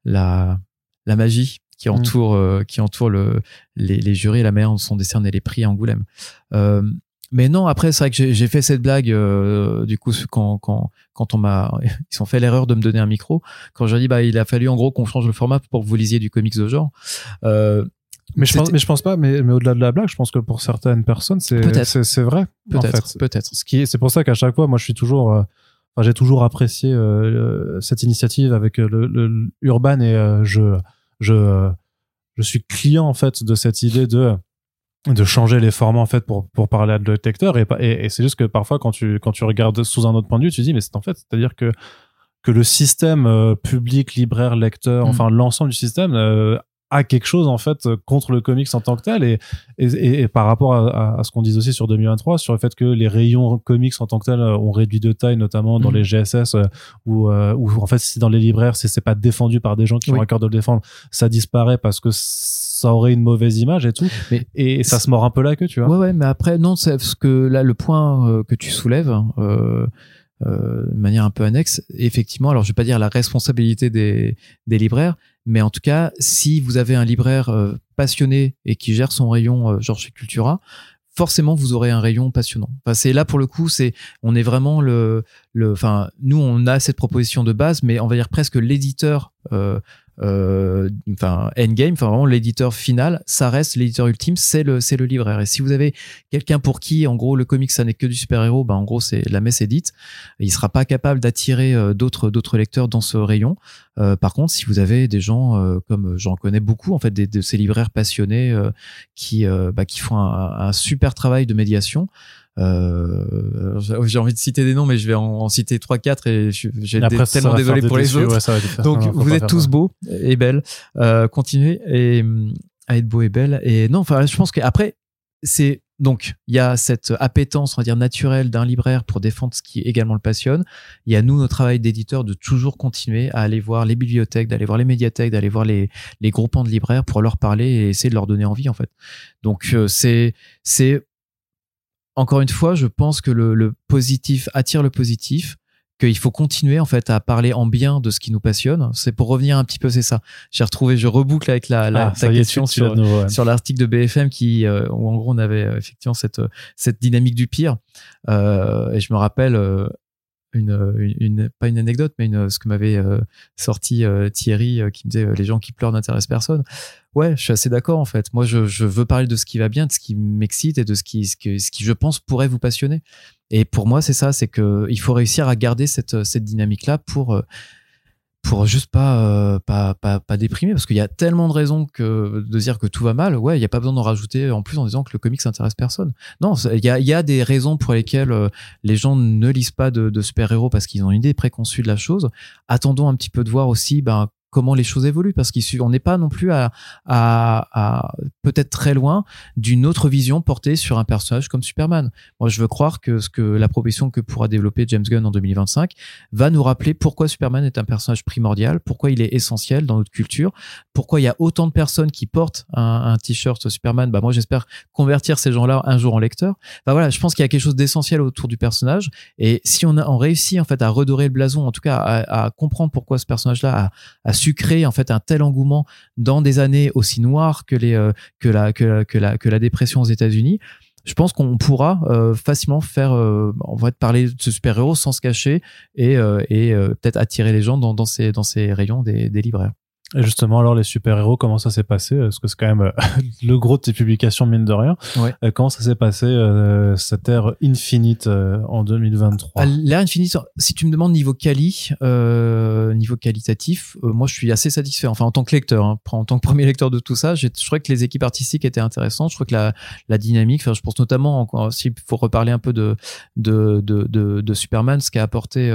magie qui entoure les jurys et la manière dont sont décernés les prix à Angoulême. Mais non, après, c'est vrai que j'ai fait cette blague, du coup, quand ils ont fait l'erreur de me donner un micro, quand j'ai dit, il a fallu en gros qu'on change le format pour que vous lisiez du comics de genre. Mais je pense pas, mais au-delà de la blague, je pense que pour certaines personnes, c'est vrai. Peut-être. C'est pour ça qu'à chaque fois, moi, j'ai toujours apprécié cette initiative avec le Urban, et je suis client en fait de cette idée de changer les formats en fait pour parler à le lecteur, et c'est juste que parfois quand tu regardes sous un autre point de vue, tu te dis mais c'est-à-dire que le système public, libraire, lecteur, enfin l'ensemble du système a quelque chose en fait contre le comics en tant que tel, et par rapport à ce qu'on dit aussi sur 2023 sur le fait que les rayons comics en tant que tel ont réduit de taille, notamment dans les GSS, où en fait si dans les libraires c'est pas défendu par des gens qui ont à cœur de le défendre, ça disparaît parce que ça aurait une mauvaise image et tout, et ça se mord un peu la queue, tu vois. Ouais, mais après non, c'est parce que là le point que tu soulèves de manière un peu annexe, effectivement, alors je vais pas dire la responsabilité des libraires, mais en tout cas, si vous avez un libraire passionné et qui gère son rayon, genre chez Cultura, forcément vous aurez un rayon passionnant. Enfin, c'est là pour le coup, on est vraiment enfin, nous on a cette proposition de base, mais on va dire presque l'éditeur endgame, enfin vraiment l'éditeur final, ça reste l'éditeur ultime, c'est le libraire. Et si vous avez quelqu'un pour qui en gros le comics ça n'est que du super-héros, en gros c'est la messe est dite, il sera pas capable d'attirer d'autres lecteurs dans ce rayon. Par contre, si vous avez des gens comme j'en connais beaucoup en fait, de ces libraires passionnés qui font un super travail de médiation. J'ai envie de citer des noms, mais je vais en citer 3-4 et j'ai tellement désolé pour les autres. Donc vous êtes tous beaux et belles. Continuez à être beaux et belles. Et non, enfin, je pense qu'après, donc il y a cette appétence, on va dire, naturelle d'un libraire pour défendre ce qui également le passionne. Il y a nous, notre travail d'éditeur, de toujours continuer à aller voir les bibliothèques, d'aller voir les médiathèques, d'aller voir les groupements de libraires pour leur parler et essayer de leur donner envie en fait. Donc c'est encore une fois, je pense que le positif attire le positif, qu'il faut continuer en fait à parler en bien de ce qui nous passionne. C'est pour revenir un petit peu, c'est ça. Je reboucle avec ta question sur l'article de BFM où en gros on avait effectivement cette dynamique du pire. Et je me rappelle pas une anecdote, mais ce que m'avait sorti Thierry qui me disait les gens qui pleurent n'intéressent personne. Ouais, je suis assez d'accord en fait. Moi, je veux parler de ce qui va bien, de ce qui m'excite et de ce qui je pense pourrait vous passionner. Et pour moi, c'est ça, c'est que il faut réussir à garder cette dynamique-là pour juste pas déprimer, parce qu'il y a tellement de raisons de dire que tout va mal. Ouais, il y a pas besoin d'en rajouter en plus en disant que le comics s'intéresse personne. Non, il y a des raisons pour lesquelles les gens ne lisent pas de super-héros parce qu'ils ont une idée préconçue de la chose. Attendons un petit peu de voir aussi comment les choses évoluent, parce qu'on n'est pas non plus à peut-être très loin d'une autre vision portée sur un personnage comme Superman. Moi, je veux croire que la proposition que pourra développer James Gunn en 2025 va nous rappeler pourquoi Superman est un personnage primordial, pourquoi il est essentiel dans notre culture, pourquoi il y a autant de personnes qui portent un t-shirt Superman. Moi, j'espère convertir ces gens-là un jour en lecteurs. Voilà, je pense qu'il y a quelque chose d'essentiel autour du personnage, et si on réussit en fait à redorer le blason, en tout cas à comprendre pourquoi ce personnage-là a su créer en fait un tel engouement dans des années aussi noires que la dépression aux États-Unis. Je pense qu'on pourra facilement on va parler de ce super-héros sans se cacher et peut-être attirer les gens dans ces rayons des libraires. Et justement, alors les super-héros, comment ça s'est passé? Parce que c'est quand même le gros de tes publications, mine de rien. Ouais. Comment ça s'est passé, cette ère Infinite en 2023? L'ère Infinite, si tu me demandes niveau qualitatif, moi je suis assez satisfait. Enfin, en tant que lecteur, hein, en tant que premier lecteur de tout ça, je trouvais que les équipes artistiques étaient intéressantes. Je crois que la dynamique, enfin, je pense notamment, s'il faut reparler un peu de Superman, ce qu'a apporté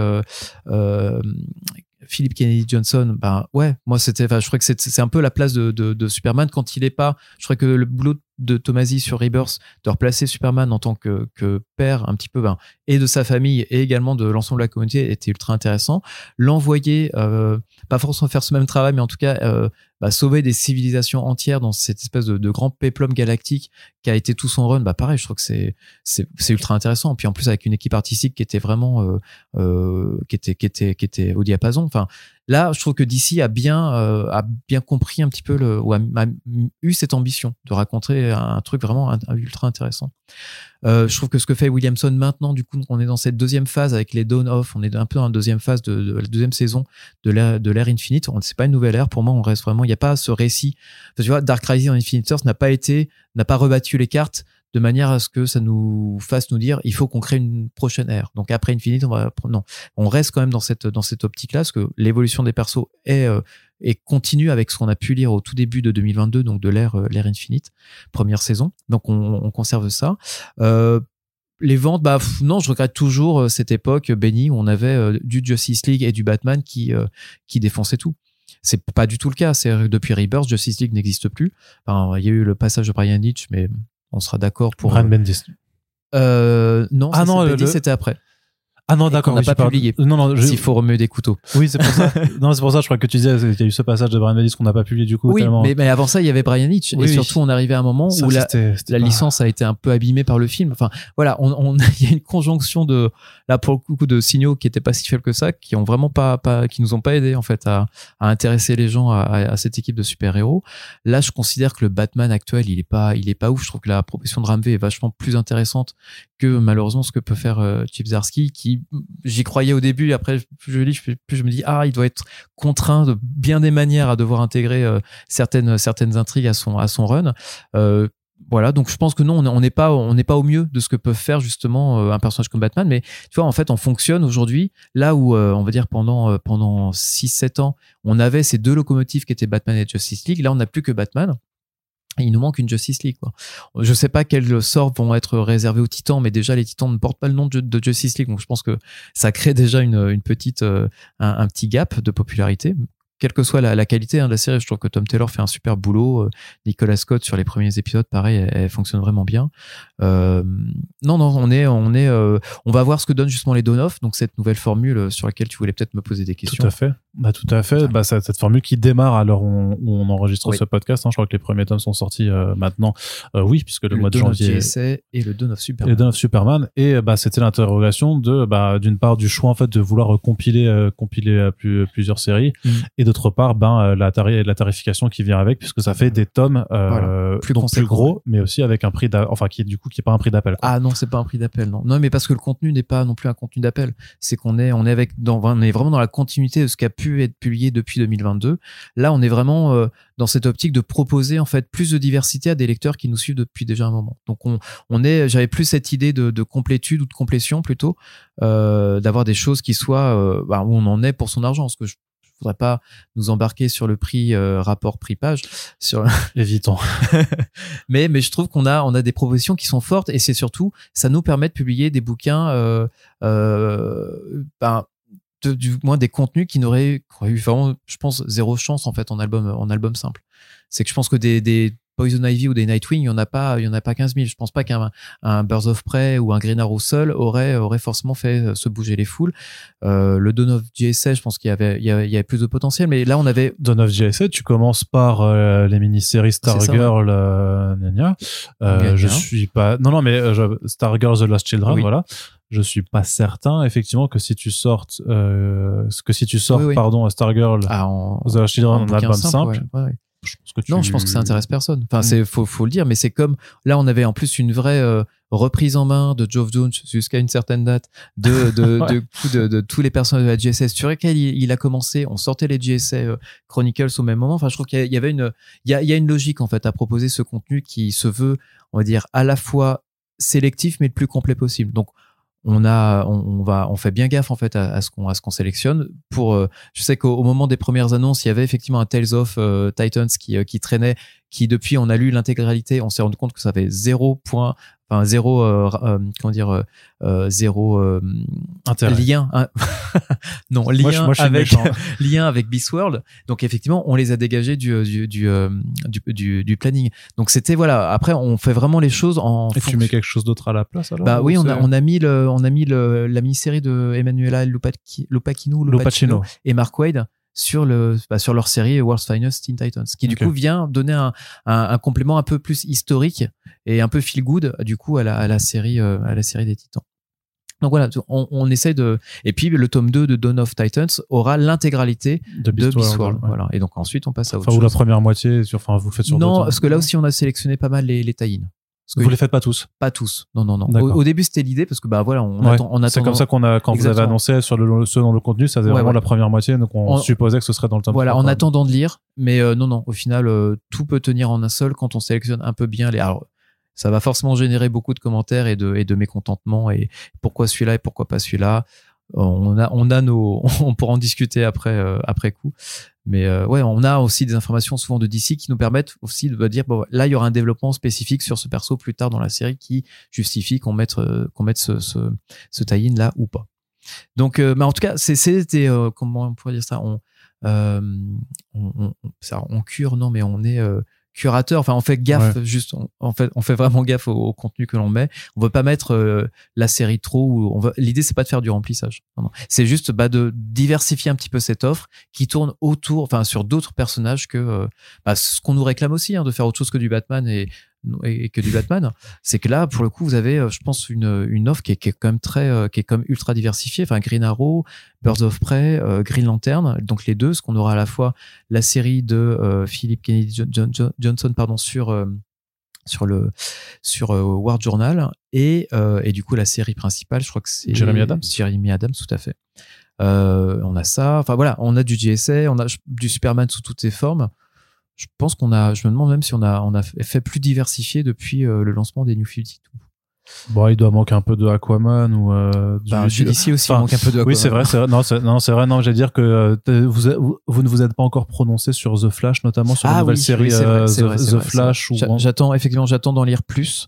Philip Kennedy Johnson, moi je crois que c'est un peu la place de Superman quand il est pas. Je crois que le boulot de Tomasi sur Rebirth de replacer Superman en tant que père un petit peu et de sa famille et également de l'ensemble de la communauté était ultra intéressant. L'envoyer, pas forcément faire ce même travail, mais en tout cas sauver des civilisations entières dans cette espèce de grand péplum galactique qui a été tout son run, pareil, je trouve que c'est ultra intéressant. Puis en plus avec une équipe artistique qui était vraiment qui était au diapason. Enfin là, je trouve que DC a bien compris un petit peu a eu cette ambition de raconter un truc vraiment ultra intéressant. Je trouve que ce que fait Williamson maintenant, du coup, on est dans cette deuxième phase avec les Dawn of, on est un peu dans la deuxième phase de la deuxième saison de l'ère Infinite. C'est pas une nouvelle ère. Pour moi, on reste vraiment, il n'y a pas ce récit. Enfin, tu vois, Dark Crisis en Infinite Earth n'a pas rebattu les cartes de manière à ce que ça nous fasse nous dire il faut qu'on crée une prochaine ère. Donc après Infinite, on reste quand même dans cette optique-là, parce que l'évolution des persos est continue avec ce qu'on a pu lire au tout début de 2022, donc de l'ère Infinite, première saison. Donc on conserve ça. Les ventes, non, je regrette toujours cette époque bénie où on avait du Justice League et du Batman qui défonçaient tout. C'est pas du tout le cas. C'est depuis Rebirth, Justice League n'existe plus. Enfin, il y a eu le passage de Brian Hitch, mais on sera d'accord pour. Brian Bendis. Non, Bendis, c'était après. Ah non, d'accord. On n'a pas publié. Non, s'il faut remuer des couteaux. Oui, c'est pour ça. Non, c'est pour ça, je crois que tu disais qu'il y a eu ce passage de Brian Bendis qu'on n'a pas publié du coup. Oui, tellement... mais avant ça, il y avait Brian Hitch. Oui, et surtout, on arrivait à un moment où la licence a été un peu abîmée par le film. Enfin, voilà, il y a une conjonction là, pour le coup, de signaux qui étaient pas si faibles que ça, qui ont vraiment qui nous ont pas aidé, en fait, à intéresser les gens à cette équipe de super-héros. Là, je considère que le Batman actuel, il est pas ouf. Je trouve que la proposition de Ramvé est vachement plus intéressante que, malheureusement, ce que peut faire Chip Zdarsky, qui, j'y croyais au début, après plus je lis, plus je me dis il doit être contraint de bien des manières à devoir intégrer certaines intrigues à son run. Voilà, donc je pense que non, on n'est pas au mieux de ce que peut faire justement un personnage comme Batman, mais tu vois, en fait, on fonctionne aujourd'hui là où on va dire pendant 6-7 ans, on avait ces deux locomotives qui étaient Batman et Justice League. Là, on n'a plus que Batman. Il nous manque une Justice League, quoi. Je sais pas quels sorts vont être réservés aux Titans, mais déjà les Titans ne portent pas le nom de Justice League, donc je pense que ça crée déjà une petite un petit gap de popularité. Quelle que soit la qualité de la série, je trouve que Tom Taylor fait un super boulot. Nicolas Scott sur les premiers épisodes, pareil, elle fonctionne vraiment bien. Non, on va voir ce que donne justement les Dawn of, donc cette nouvelle formule sur laquelle tu voulais peut-être me poser des questions. Tout à fait. Tout à fait. Cette formule qui démarre à l'heure où on enregistre ce podcast. Je crois que les premiers tomes sont sortis maintenant. Oui, puisque le mois de janvier. Le GSA et le Dawn of Superman. Et le Dawn of Superman. Et c'était l'interrogation d'une part du choix en fait de vouloir compiler plusieurs séries et d'autre part la tarification qui vient avec, puisque ça fait des tomes plus gros, mais aussi avec un prix qui est pas un prix d'appel, quoi. Ah non, c'est pas un prix d'appel, non, mais parce que le contenu n'est pas non plus un contenu d'appel. C'est qu'on est vraiment dans la continuité de ce qui a pu être publié depuis 2022. Là, on est vraiment dans cette optique de proposer en fait plus de diversité à des lecteurs qui nous suivent depuis déjà un moment. Donc j'avais plus cette idée de complétude ou de complétion plutôt, d'avoir des choses qui soient où on en est pour son argent, parce que je voudrais pas nous embarquer sur le prix rapport prix-page sur évitons. mais je trouve qu'on a des propositions qui sont fortes, et c'est surtout ça nous permet de publier des bouquins du moins des contenus qui n'auraient eu vraiment, je pense, zéro chance en fait en album simple. C'est que je pense que des Poison Ivy ou des Nightwing, il y en a pas 15 000. Je pense pas qu'un Birds of Prey ou un Green Arrow seul aurait forcément fait se bouger les foules. Le Dawn of JSA, je pense qu'il y avait plus de potentiel, mais là on avait Dawn of JSA. Tu commences par les mini-séries Stargirl, je suis pas. Non, mais Stargirl The Lost Children, voilà. je suis pas certain effectivement que si tu sors Oui. pardon Stargirl The Children en album simple, ouais. je pense que Non, je pense que ça intéresse personne. Enfin, faut le dire, mais c'est comme là, on avait en plus une vraie reprise en main de Geoff Johns jusqu'à une certaine date de tous les personnages de la JSA sur lesquels il a commencé. On sortait les JSA Chronicles au même moment. Enfin, je trouve qu'il y avait il y a une logique en fait à proposer ce contenu qui se veut, on va dire, à la fois sélectif mais le plus complet possible. Donc on fait bien gaffe en fait à ce qu'on sélectionne. Je sais qu'au moment des premières annonces, il y avait effectivement un Tales of Titans qui traînait, qui depuis on a lu l'intégralité, on s'est rendu compte que ça avait zéro lien non lien moi, avec lien avec Beast World. Donc effectivement on les a dégagés du planning. Donc c'était voilà, après on fait vraiment les choses en tu mets quelque chose d'autre à la place alors? Bah oui, on a mis la mini-série de Emanuela Lupacchino et Mark Waid sur leur série World's Finest Teen Titans, qui du coup vient donner un complément un peu plus historique et un peu feel good du coup à la série des Titans. Donc voilà, on essaie et puis le tome 2 de Dawn of Titans aura l'intégralité de Beast World. Ouais. Voilà. Et donc ensuite on passe à autre chose. Ou la première moitié, vous le faites sur non, parce que là aussi on a sélectionné pas mal les tie-in. Vous les faites pas tous? Pas tous. Non. Au début, c'était l'idée parce que voilà, on attend. C'est comme ça quand vous avez annoncé sur le contenu, ça faisait vraiment la première moitié, donc on supposait que ce serait dans le tome 3. Voilà, en attendant de lire, mais non. Au final, tout peut tenir en un seul quand on sélectionne un peu bien alors, ça va forcément générer beaucoup de commentaires et de mécontentement et pourquoi celui-là et pourquoi pas celui-là. On pourra en discuter après coup. Mais on a aussi des informations souvent de DC qui nous permettent aussi de dire là il y aura un développement spécifique sur ce perso plus tard dans la série qui justifie qu'on mette ce tie-in là ou pas. Donc en tout cas c'était comment on pourrait dire ça, on cure, non mais on est curateur, enfin on fait gaffe, juste on fait vraiment gaffe au contenu que l'on met. On veut pas mettre la série trop, l'idée c'est pas de faire du remplissage, non. C'est juste de diversifier un petit peu cette offre qui tourne sur d'autres personnages que ce qu'on nous réclame aussi, de faire autre chose que du Batman et que du Batman. C'est que là pour le coup vous avez je pense une offre qui est quand même qui est comme ultra diversifiée. Enfin Green Arrow, Birds of Prey, Green Lantern, donc les deux, parce qu'on aura à la fois la série de Philip Kennedy Johnson sur War Journal et du coup la série principale, je crois que c'est Jeremy Adams, tout à fait. On a ça, enfin voilà, on a du JSA, on a du Superman sous toutes ses formes. Je pense je me demande même si on a fait plus diversifié depuis le lancement des New 52. Bon, il doit manquer un peu de Aquaman ou d'ici aussi, il manque un peu de Aquaman. Oui, c'est vrai. Non, j'allais dire que vous ne vous êtes pas encore prononcé sur The Flash, notamment sur la nouvelle série The Flash. J'attends d'en lire plus.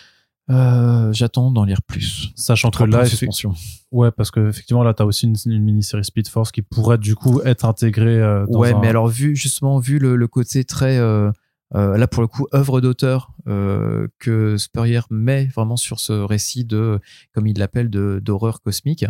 Sachant que là, parce que effectivement là, t'as aussi une mini-série Speed Force qui pourrait du coup être intégrée. Mais alors vu le côté très là pour le coup œuvre d'auteur que Spurrier met vraiment sur ce récit comme il l'appelle d'horreur cosmique,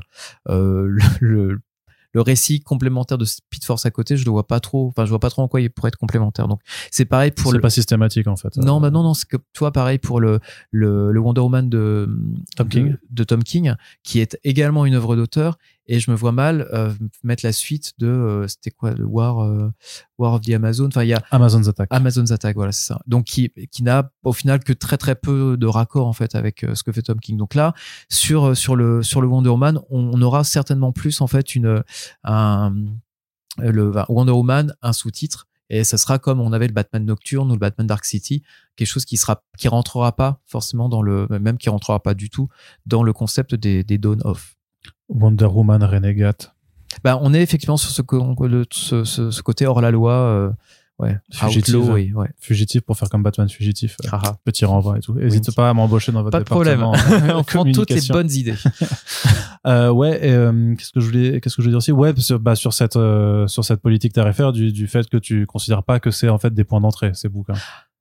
le récit complémentaire de Speed Force à côté, je vois pas trop en quoi il pourrait être complémentaire. Donc c'est pareil pour pas systématique en fait. Non, c'est que toi pareil pour le Wonder Woman de Tom King qui est également une œuvre d'auteur, et je me vois mal mettre la suite de c'était quoi, le War of the Amazon, enfin il y a Amazon's Attack, voilà, c'est ça. Donc qui n'a au final que très très peu de raccord en fait avec ce que fait Tom King. Donc là sur le Wonder Woman, on aura certainement plus en fait le Wonder Woman, un sous-titre, et ça sera comme on avait le Batman Nocturne ou le Batman Dark City, quelque chose qui rentrera pas forcément qui rentrera pas du tout dans le concept des Dawn of Wonder Woman Renegade. On est effectivement sur ce côté hors la loi, fugitif, fugitif pour faire comme Batman fugitif. Petit renvoi et tout. N'hésite pas à m'embaucher dans votre département. Pas de problème. On prend toutes les bonnes idées. Qu'est-ce que je voulais dire aussi? Sur cette politique tarifaire du fait que tu considères pas que c'est en fait des points d'entrée ces bouquins.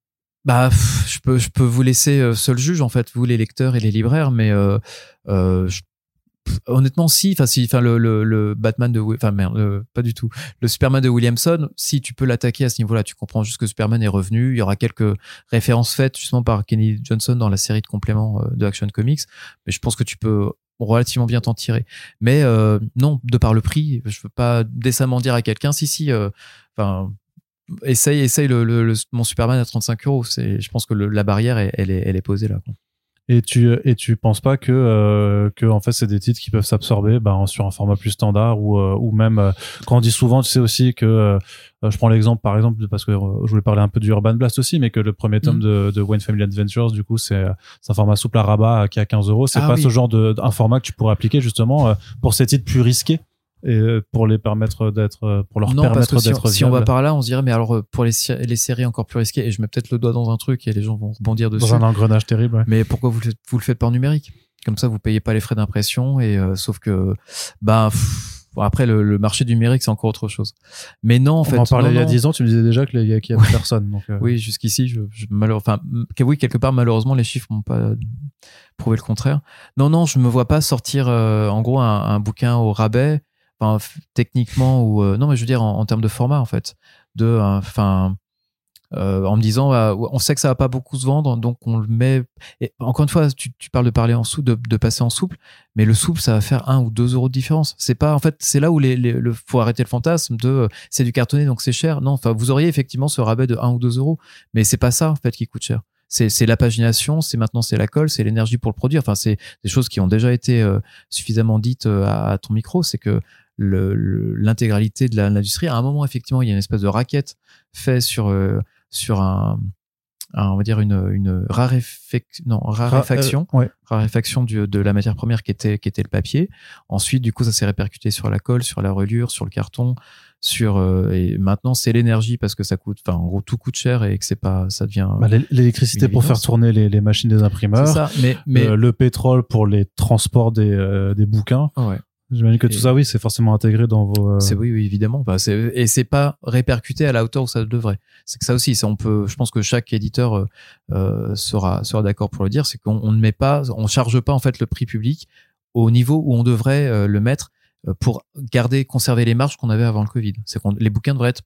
Je peux vous laisser seul juge en fait, vous les lecteurs et les libraires, mais honnêtement le Batman pas du tout, le Superman de Williamson, si tu peux l'attaquer à ce niveau-là, tu comprends juste que Superman est revenu, il y aura quelques références faites justement par Kenny Johnson dans la série de compléments de Action Comics, mais je pense que tu peux relativement bien t'en tirer. Mais non, de par le prix, je veux pas décemment dire à quelqu'un si essaye mon Superman à 35 euros. Je pense que la barrière elle est posée là, quoi. Et tu penses pas que en fait c'est des titres qui peuvent s'absorber sur un format plus standard ou même quand on dit souvent, tu sais aussi que je prends l'exemple par exemple parce que je voulais parler un peu du Urban Blast aussi, mais que le premier tome de Wayne Family Adventures, du coup c'est un format souple à rabat qui est à 15 euros. C'est pas ce genre un format que tu pourrais appliquer justement pour ces titres plus risqués et pour les permettre d'être si on va par là, on se dirait mais alors pour les séries encore plus risquées, et je mets peut-être le doigt dans un truc et les gens vont rebondir dessus, dans un engrenage terrible, ouais. Mais pourquoi vous le faites pas en numérique, comme ça vous payez pas les frais d'impression et sauf que après le marché du numérique c'est encore autre chose. Mais non, en fait, on en parlait il y a 10 ans, tu me disais déjà qu'il y avait personne, donc oui, jusqu'ici quelque part malheureusement les chiffres m'ont pas prouvé le contraire. Non, je me vois pas sortir en gros un bouquin au rabais. Techniquement ou non, mais je veux dire en termes de format en fait, en me disant on sait que ça va pas beaucoup se vendre, donc on le met. Et encore une fois, tu parles de parler en souple, de passer en souple, mais le souple ça va faire 1 ou 2 euros de différence. C'est pas, en fait, c'est là où faut arrêter le fantasme de c'est du cartonné donc c'est cher. Non, vous auriez effectivement ce rabais de 1 ou 2 euros, mais c'est pas ça en fait qui coûte cher. C'est la pagination, c'est la colle, c'est l'énergie pour le produire. Enfin, c'est des choses qui ont déjà été suffisamment dites à ton micro. C'est que l'intégralité de l'industrie, à un moment, effectivement, il y a une espèce de racket fait sur on va dire une raréfaction de la matière première qui était le papier. Ensuite, du coup, ça s'est répercuté sur la colle, sur la reliure, sur le carton, et maintenant c'est l'énergie parce que ça coûte, en gros tout coûte cher et que ça devient l'électricité pour faire tourner les machines des imprimeurs, c'est ça, mais le pétrole pour les transports des bouquins. Ouais. J'imagine que tout ça, oui, c'est forcément intégré dans vos. Oui, évidemment. Et c'est pas répercuté à la hauteur où ça devrait. C'est que ça aussi, je pense que chaque éditeur sera d'accord pour le dire, c'est qu'on ne met pas, on charge pas en fait le prix public au niveau où on devrait le mettre pour conserver les marges qu'on avait avant le Covid. C'est que les bouquins devraient être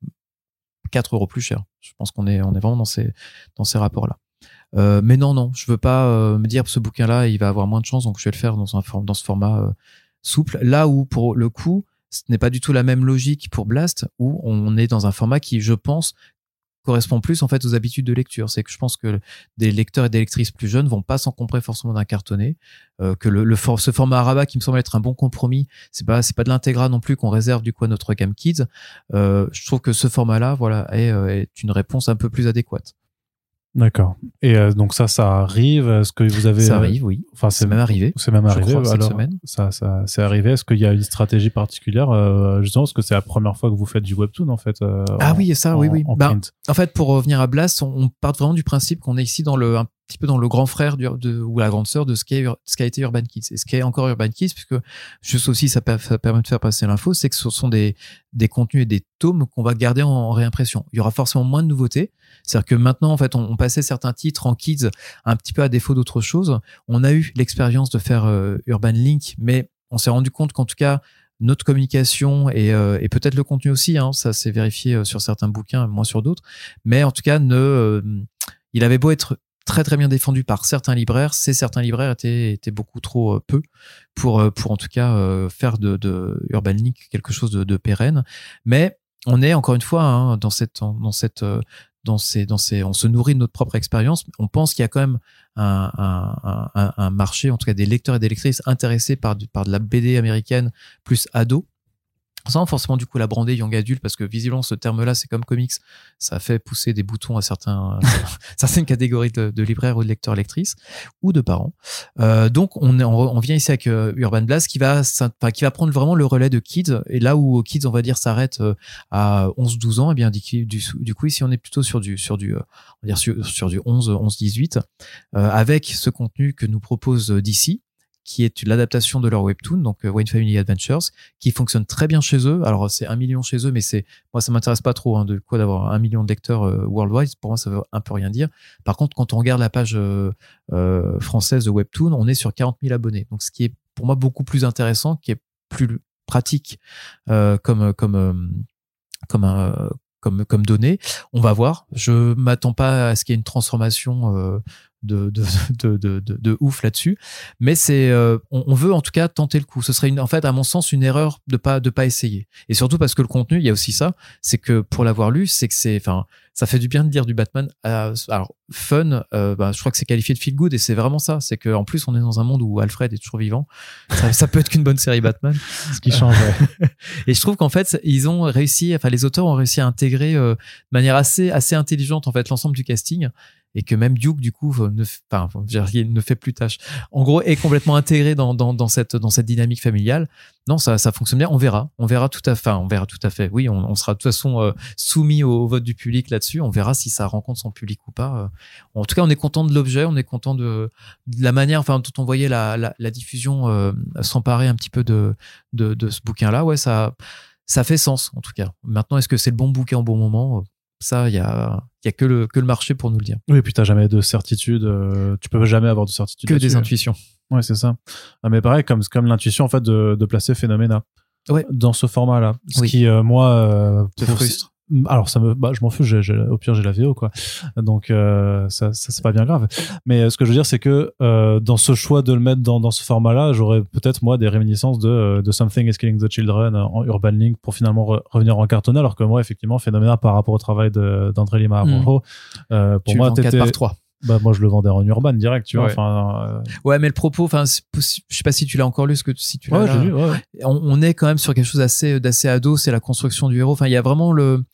4 euros plus chers. Je pense qu'on est vraiment dans ces rapports-là. Mais non, je veux pas me dire ce bouquin-là, il va avoir moins de chance, donc je vais le faire dans ce format souple. Là où, pour le coup, ce n'est pas du tout la même logique pour Blast, où on est dans un format qui, je pense, correspond plus en fait aux habitudes de lecture. C'est que je pense que des lecteurs et des lectrices plus jeunes vont pas s'encombrer forcément d'un cartonné, que ce format à rabat qui me semble être un bon compromis, c'est pas de l'intégra non plus qu'on réserve du coup à notre gamme kids. Je trouve que ce format-là, est une réponse un peu plus adéquate. D'accord. Et donc ça arrive. Est-ce que vous avez Ça arrive, oui. Enfin, c'est même arrivé. C'est même arrivé. Crois, alors, cette semaine. Ça c'est arrivé. Est-ce qu'il y a une stratégie particulière justement parce que c'est la première fois que vous faites du webtoon en fait. Oui. En fait, pour revenir à Blast, on part vraiment du principe qu'on est ici un petit peu dans le grand frère ou la grande sœur de ce qu'a été Urban Kids et ce qu'est encore Urban Kids, puisque juste aussi ça permet de faire passer l'info, c'est que ce sont des contenus et des tomes qu'on va garder en réimpression. Il y aura forcément moins de nouveautés. C'est-à-dire que maintenant, en fait, on passait certains titres en kids un petit peu à défaut d'autre chose. On a eu l'expérience de faire Urban Link, mais on s'est rendu compte qu'en tout cas, notre communication et peut-être le contenu aussi, ça s'est vérifié sur certains bouquins, moins sur d'autres, mais en tout cas, il avait beau être très très bien défendu par certains libraires, certains libraires étaient beaucoup trop peu pour en tout cas faire de Urban Link quelque chose de pérenne. Mais on est encore une fois on se nourrit de notre propre expérience. On pense qu'il y a quand même un marché, en tout cas des lecteurs et des lectrices intéressés par de la BD américaine plus ado, sans forcément du coup la brander young adulte, parce que visiblement ce terme-là, c'est comme comics, ça fait pousser des boutons à certaines catégories de libraires ou de lecteurs lectrices ou de parents. Donc on vient ici avec Urban Blast qui va prendre vraiment le relais de Kids, et là où Kids on va dire s'arrête à 11-12 ans, et bien du coup ici on est plutôt sur du 11-18 avec ce contenu que nous propose DC, qui est l'adaptation de leur webtoon, donc Wayne Family Adventures, qui fonctionne très bien chez eux. Alors c'est 1 million chez eux, mais moi ça m'intéresse pas trop de quoi d'avoir 1 million de lecteurs worldwide. Pour moi ça veut un peu rien dire. Par contre, quand on regarde la page française de webtoon, on est sur 40 000 abonnés. Donc ce qui est pour moi beaucoup plus intéressant, qui est plus pratique comme comme données. On va voir. Je m'attends pas à ce qu'il y ait une transformation de ouf là-dessus, mais on veut en tout cas tenter le coup. Ce serait en fait à mon sens une erreur de pas essayer, et surtout parce que le contenu, il y a aussi ça, c'est que pour l'avoir lu, c'est que ça fait du bien de lire du Batman alors fun, je crois que c'est qualifié de feel good, et c'est vraiment ça, c'est que en plus on est dans un monde où Alfred est toujours vivant, ça peut être qu'une bonne série Batman, ce qui change. et je trouve qu'en fait les auteurs ont réussi à intégrer de manière assez intelligente en fait l'ensemble du casting, et que même Duke du coup ne fait plus tâche. En gros, est complètement intégré dans cette dynamique familiale. Non, ça fonctionne bien. On verra tout à fait. Oui, on sera de toute façon soumis au vote du public là-dessus. On verra si ça rencontre son public ou pas. En tout cas, on est content de l'objet, on est content de la manière dont on voyait la diffusion s'emparer un petit peu de ce bouquin-là. Ouais, ça fait sens en tout cas. Maintenant, est-ce que c'est le bon bouquin au bon moment? Ça, il y a que le marché pour nous le dire. Oui, et puis t'as jamais de certitude. Tu peux jamais avoir de certitude. Que des intuitions. Ouais, c'est ça. Mais pareil, comme l'intuition en fait de placer Phénoména dans ce format-là, ce qui moi te frustre. Alors je m'en fous, au pire j'ai la VO quoi, donc ça c'est pas bien grave, mais ce que je veux dire c'est que dans ce choix de le mettre dans ce format là, j'aurais peut-être moi des réminiscences de Something is Killing the Children en Urban Link pour finalement revenir en cartonné, alors que moi effectivement Phénoména par rapport au travail d'André Lima Aronjo, pour moi t'étais 4x3. Moi je le vendais en Urban direct, tu vois. Ouais, mais le propos, je sais pas si tu l'as encore lu, si tu l'as. Ouais, j'ai lu. Ouais. On est quand même sur quelque chose d'assez ado, c'est la construction du héros. Enfin, il y a vraiment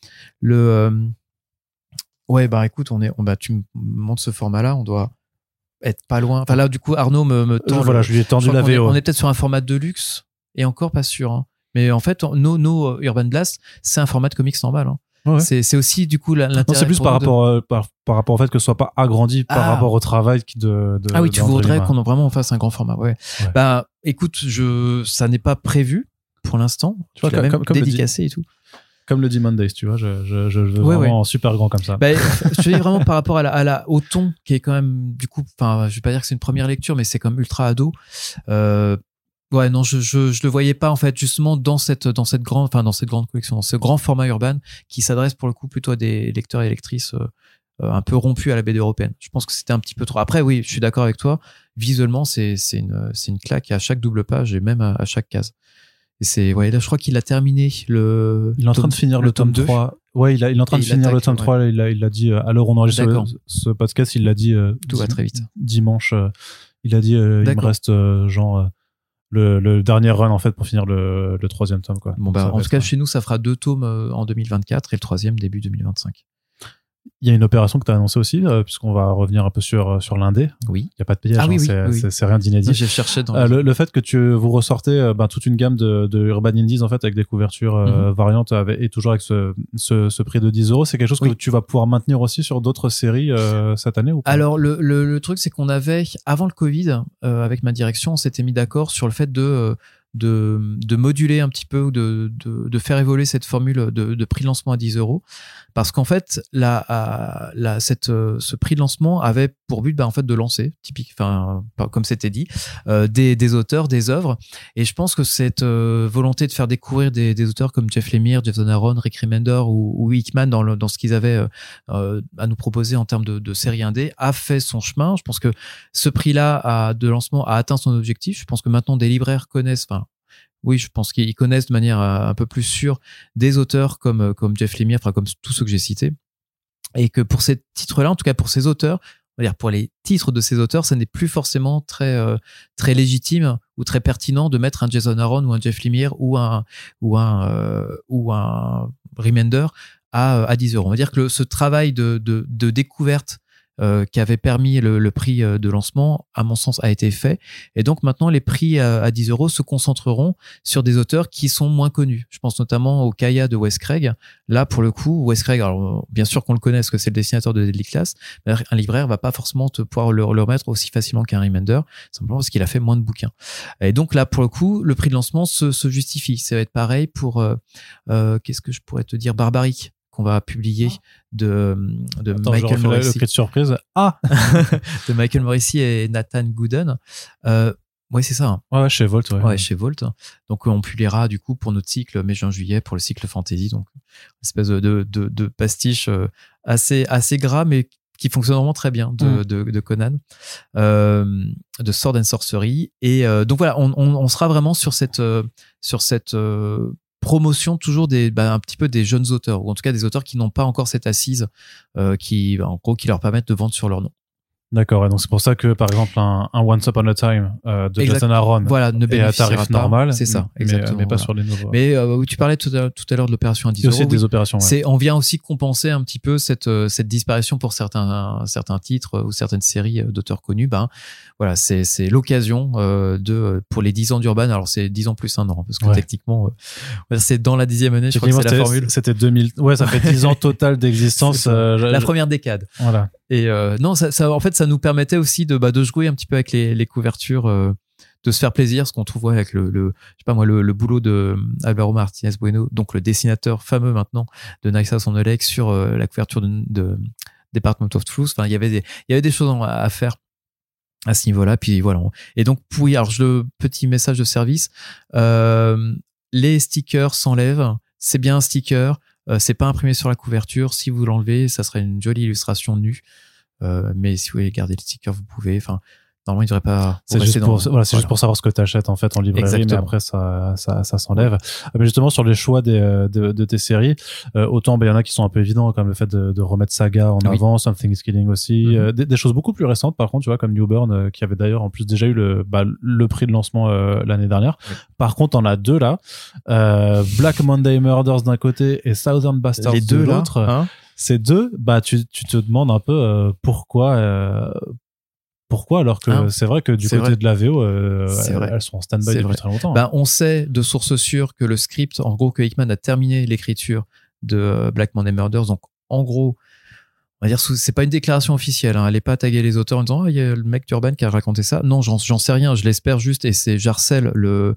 écoute, tu me montres ce format-là, on doit être pas loin. Enfin là, du coup, Arnaud me tend. Voilà, je lui ai tendu la VO. On est peut-être sur un format de luxe et encore pas sûr. Hein. Mais en fait, nos Urban Blast, c'est un format de comics normal. Hein. Ouais. C'est aussi du coup l'intérêt. Non, c'est plus par rapport au fait que ce soit pas agrandi par rapport au travail ah oui, tu voudrais qu'on vraiment fasse un grand format. Ouais. Écoute, ça n'est pas prévu pour l'instant. Tu vois, même comme dédicacé et tout. Comme le dit Mondays, tu vois, je veux vraiment super grand comme ça. Je te dis vraiment par rapport au ton qui est quand même du coup, je vais pas dire que c'est une première lecture, mais c'est comme ultra ado. Ouais, non, je le voyais pas en fait justement dans cette grande collection, dans ce grand format urbain qui s'adresse pour le coup plutôt à des lecteurs et lectrices un peu rompus à la BD européenne. Je pense que c'était un petit peu trop. Après, oui, je suis d'accord avec toi. Visuellement, c'est une claque à chaque double page et même à chaque case. Et là, je crois qu'il a terminé il est en train de finir le tome 3. Ouais, il est en train de finir le tome 3. Il l'a dit à l'heure où on enregistre ce podcast, il l'a dit. Tout va très vite. Dimanche, il a dit il me reste le dernier run en fait pour finir le troisième tome quoi. Bon en tout cas chez nous ça fera 2 tomes en 2024 et le troisième début 2025. Il y a une opération que tu as annoncée aussi, puisqu'on va revenir un peu sur l'indé. Oui. Il n'y a pas de payage, c'est rien d'inédit. J'ai cherché dans le fait que vous ressortez toute une gamme de Urban Indies en fait avec des couvertures variantes et toujours avec ce prix de 10 €, c'est quelque chose que tu vas pouvoir maintenir aussi sur d'autres séries cette année ou pas? Alors le truc c'est qu'on avait avant le Covid avec ma direction on s'était mis d'accord sur le fait de moduler un petit peu ou de faire évoluer cette formule de prix de lancement à 10 €, parce qu'en fait ce prix de lancement avait pour but en fait de lancer comme c'était dit des auteurs, des œuvres, et je pense que cette volonté de faire découvrir des auteurs comme Jeff Lemire, Jeff Donaron, Rick Remender ou Hickman dans ce qu'ils avaient à nous proposer en termes de série indé a fait son chemin. Je pense que ce prix-là de lancement a atteint son objectif. Je pense que maintenant des libraires connaissent je pense qu'ils connaissent de manière un peu plus sûre des auteurs comme Jeff Lemire, comme tous ceux que j'ai cités, et que pour ces titres-là, en tout cas pour ces auteurs, on va dire pour les titres de ces auteurs, ça n'est plus forcément très légitime ou très pertinent de mettre un Jason Aaron ou un Jeff Lemire ou un Remender à 10 €. On va dire que ce travail de découverte qui avait permis le prix de lancement, à mon sens, a été fait. Et donc maintenant, les prix à 10 € se concentreront sur des auteurs qui sont moins connus. Je pense notamment au Kaya de Wes Craig. Là, pour le coup, Wes Craig, alors bien sûr qu'on le connaît parce que c'est le dessinateur de Deadly Class, mais un libraire va pas forcément pouvoir le remettre aussi facilement qu'un Remender, simplement parce qu'il a fait moins de bouquins. Et donc là, pour le coup, le prix de lancement se justifie. Ça va être pareil pour, qu'est-ce que je pourrais te dire, Barbaric, qu'on va publier de Michael Morrissey. Le cri de surprise. De Michael Morrissey et Nathan Gooden. Ouais, c'est ça. Hein. Ouais, chez Volt. Ouais, chez Volt. Donc, on publiera du coup pour notre cycle mai-juin-juillet pour le cycle fantasy. Donc, une espèce de pastiche assez gras, mais qui fonctionne vraiment très bien de Conan, de Sword and Sorcery. Et donc voilà, on sera vraiment sur cette promotion toujours un petit peu des jeunes auteurs, ou en tout cas des auteurs qui n'ont pas encore cette assise qui leur permettent de vendre sur leur nom. D'accord, et donc c'est pour ça que par exemple un Once Upon a Time de Jason Aaron est à tarif normal, c'est ça, exactement, mais pas sur les nouveaux. Mais tu parlais tout à l'heure de l'opération à 10 euros. Il y a aussi des opérations. Ouais. On vient aussi compenser un petit peu cette disparition pour certains titres ou certaines séries d'auteurs connus. Voilà, c'est l'occasion pour les 10 ans d'Urban. Alors c'est 10 ans plus un an, parce que techniquement c'est dans la 10e année, je crois que c'est la formule. C'était 2000. Ouais, ça fait 10 ans total d'existence. La première décade. Voilà. Et non, ça en fait, ça nous permettait aussi de jouer un petit peu avec les couvertures, de se faire plaisir, ce qu'on trouve avec le boulot de Álvaro Martínez Bueno, donc le dessinateur fameux maintenant de Nice House on the Lake sur la couverture de Department of Truth. Enfin, il y avait des choses à faire à ce niveau-là. Puis voilà. Et donc alors le petit message de service, les stickers s'enlèvent. C'est bien un sticker. C'est pas imprimé sur la couverture. Si vous l'enlevez, ça serait une jolie illustration nue. Mais si vous voulez garder le sticker, vous pouvez. Enfin, normalement, il devrait pas. C'est juste pour savoir ce que tu achètes en fait en librairie. Exactement. Mais après ça s'enlève. Mais justement sur les choix de tes séries, autant il y en a qui sont un peu évidents, comme le fait de remettre Saga en avant, Something is Killing aussi, des choses beaucoup plus récentes par contre, tu vois, comme New Burn, qui avait d'ailleurs en plus déjà eu le prix de lancement l'année dernière. Par contre, on a deux là, Black Monday Murders d'un côté et Southern Bastards de l'autre. Hein, ces deux, tu te demandes un peu pourquoi alors que c'est vrai que du côté de la VO elles sont en stand-by depuis très longtemps. On sait de sources sûres que le script, en gros, que Hickman a terminé l'écriture de Black Monday Murders, donc en gros on va dire c'est pas une déclaration officielle, hein. Elle est pas taguée les auteurs en disant il y a le mec d'Urban qui a raconté ça. Non, j'en sais rien, je l'espère juste, et c'est j'harcèle le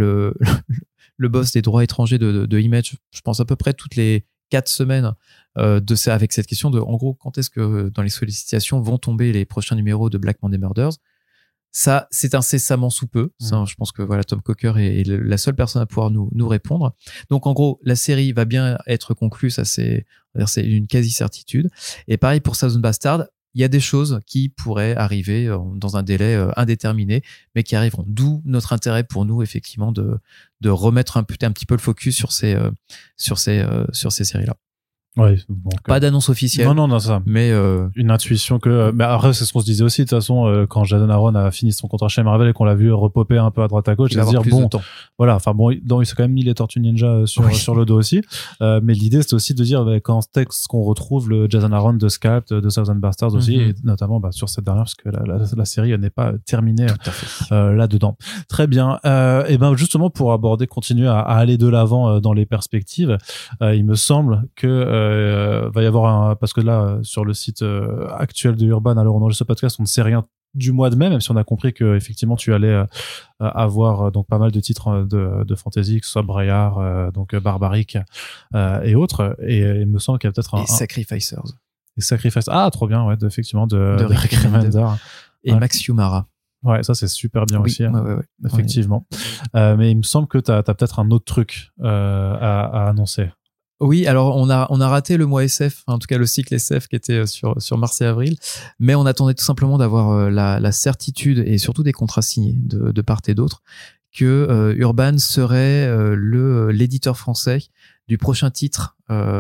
boss des droits étrangers de Image, je pense à peu près toutes les 4 semaines avec cette question de, en gros, quand est-ce que dans les sollicitations vont tomber les prochains numéros de Black Monday Murders. Ça, c'est incessamment sous peu. Ça, je pense que voilà, Tom Coker est la seule personne à pouvoir nous répondre. Donc, en gros, la série va bien être conclue. Ça, c'est une quasi-certitude. Et pareil pour Southern Bastard. Il y a des choses qui pourraient arriver dans un délai indéterminé, mais qui arriveront. D'où notre intérêt pour nous, effectivement, de remettre un petit peu le focus sur ces séries-là. Ouais, pas d'annonce officielle. Non, ça. Mais une intuition que. Mais après, c'est ce qu'on se disait aussi. De toute façon, quand Jason Aaron a fini son contrat chez Marvel et qu'on l'a vu repopper un peu à droite à gauche, c'est-à-dire voilà. Enfin bon, il s'est quand même mis les Tortues Ninja sur le dos aussi. Mais l'idée, c'était aussi de dire quand est-ce qu'on retrouve le Jason Aaron de Scalp, de Southern Bastards aussi, et notamment sur cette dernière, parce que la série n'est pas terminée là-dedans. Très bien. Et justement pour continuer à aller de l'avant dans les perspectives, il me semble que va y avoir parce que là sur le site actuel de Urban, alors on enregistre ce podcast, on ne sait rien du mois de mai, même si on a compris que effectivement tu allais avoir donc pas mal de titres de fantasy, que ce soit Braillard, donc Barbaric et autres, et il me semble qu'il y a peut-être Sacrificers. Et Sacrificers, trop bien, ouais, effectivement de Rick Remender et Max Humara. Ouais, ça c'est super bien aussi, effectivement. Mais il me semble que t'as peut-être un autre truc à annoncer. Oui, alors on a raté le mois SF, en tout cas le cycle SF qui était sur mars et avril, mais on attendait tout simplement d'avoir la certitude et surtout des contrats signés de part et d'autre que Urban serait l'éditeur français du prochain titre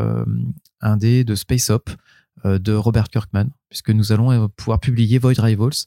indé de Space Op de Robert Kirkman, puisque nous allons pouvoir publier Void Rivals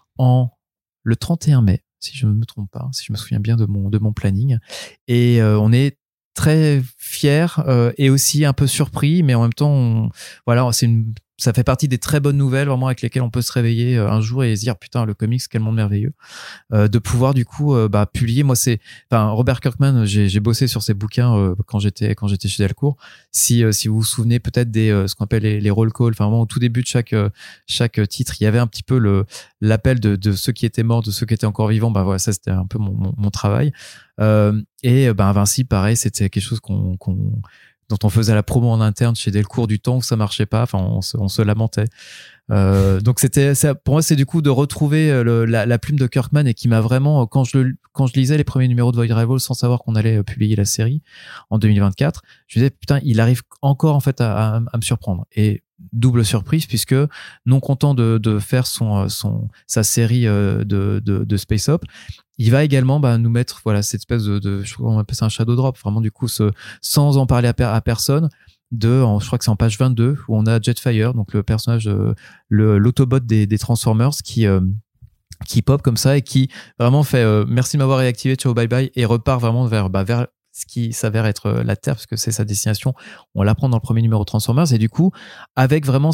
le 31 mai, si je ne me trompe pas, si je me souviens bien de mon planning, et on est très fier et aussi un peu surpris, mais en même temps ça fait partie des très bonnes nouvelles vraiment avec lesquelles on peut se réveiller un jour et se dire putain, le comics, quel monde merveilleux, de pouvoir du coup publier. Moi Robert Kirkman, j'ai bossé sur ses bouquins quand j'étais chez Delcourt. Si vous vous souvenez peut-être ce qu'on appelle les roll calls, enfin vraiment au tout début de chaque titre, il y avait un petit peu l'appel de ceux qui étaient morts, de ceux qui étaient encore vivants. Voilà, ça c'était un peu mon travail. Et Vinci, pareil, c'était quelque chose dont on faisait la promo en interne chez Delcourt du temps où ça marchait pas. Enfin, on se lamentait. Donc pour moi, c'est du coup de retrouver la plume de Kirkman, et qui m'a vraiment, quand je lisais les premiers numéros de Void Rivals sans savoir qu'on allait publier la série en 2024, je me disais putain, il arrive encore en fait à me surprendre. Et double surprise, puisque non content de faire sa série de Space Op, il va également nous mettre cette espèce de je crois qu'on appelle ça un shadow drop, vraiment du coup sans en parler à personne, je crois que c'est en page 22, où on a Jetfire, donc le personnage, l'autobot des Transformers, qui pop comme ça et qui vraiment fait merci de m'avoir réactivé, ciao bye bye, et repart vraiment vers ce qui s'avère être la Terre, parce que c'est sa destination. On l'apprend dans le premier numéro Transformers, et du coup, avec vraiment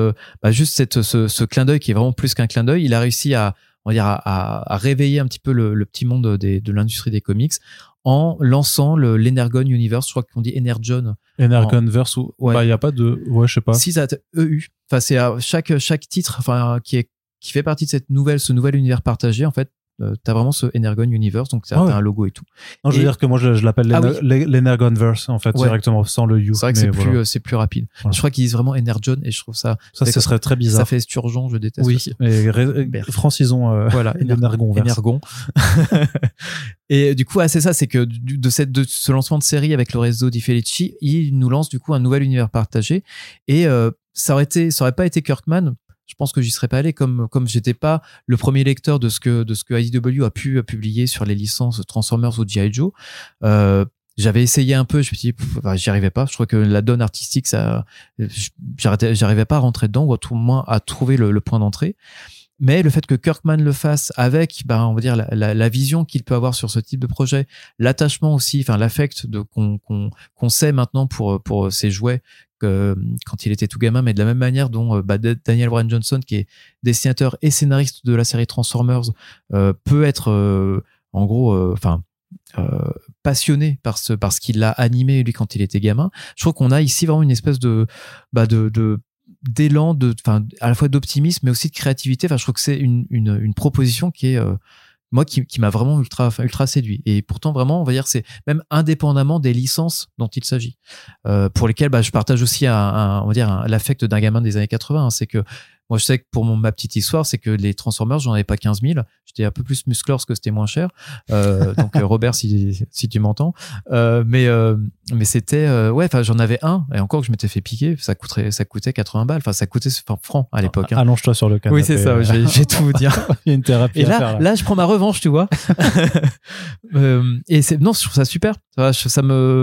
ce clin d'œil qui est vraiment plus qu'un clin d'œil, il a réussi à réveiller un petit peu le petit monde de l'industrie des comics, en lançant l'Energon Universe. Je crois qu'on dit Energon. Energonverse, ou il y a pas de, je sais pas. Si, ça EU. Enfin, c'est chaque titre, enfin, qui fait partie de ce nouvel univers partagé, en fait. T'as vraiment ce Energon Universe, donc t'as un logo et tout. Non, je veux dire que moi je l'appelle l'Energonverse, en fait, directement, sans le U. C'est vrai que c'est plus rapide. Voilà. Je crois qu'ils disent vraiment Energon, et je trouve ça ce serait très bizarre. Ça fait Sturgeon, je déteste. Oui, mais francisons Energon. Et du coup, c'est ça, c'est que de ce lancement de série avec le réseau Di Felici, il nous lance du coup un nouvel univers partagé, et ça aurait pas été Kirkman, je pense que j'y serais pas allé, comme j'étais pas le premier lecteur de ce que IDW a pu publier sur les licences Transformers ou G.I. Joe. J'avais essayé un peu, je me suis dit, j'y arrivais pas. Je crois que la donne artistique, j'arrivais pas à rentrer dedans, ou à tout moins à trouver le point d'entrée. Mais le fait que Kirkman le fasse avec, on va dire, la vision qu'il peut avoir sur ce type de projet, l'attachement aussi, enfin, l'affect qu'on sait maintenant pour ses jouets, quand il était tout gamin, mais de la même manière dont Daniel Bryan Johnson, qui est dessinateur et scénariste de la série Transformers, peut être en gros passionné par ce qu'il a animé lui quand il était gamin. Je trouve qu'on a ici vraiment une espèce d'élan, à la fois d'optimisme mais aussi de créativité. Enfin, je trouve que c'est une proposition qui est moi qui m'a vraiment ultra séduit, et pourtant vraiment, on va dire, c'est même indépendamment des licences dont il s'agit, pour lesquelles je partage aussi on va dire l'affect d'un gamin des années 80. C'est que moi, je sais que pour ma petite histoire, c'est que les Transformers, j'en avais pas 15 000. J'étais un peu plus musclore parce que c'était moins cher. Donc, Robert, si tu m'entends. Mais c'était, j'en avais un. Et encore que je m'étais fait piquer, ça coûtait 80 balles. Enfin, ça coûtait francs à l'époque. Hein. Allonge-toi sur le canapé. Oui, c'est ça. Je vais tout vous dire. Il y a une thérapie et à faire, là, je prends ma revanche, tu vois. Et je trouve ça super. C'est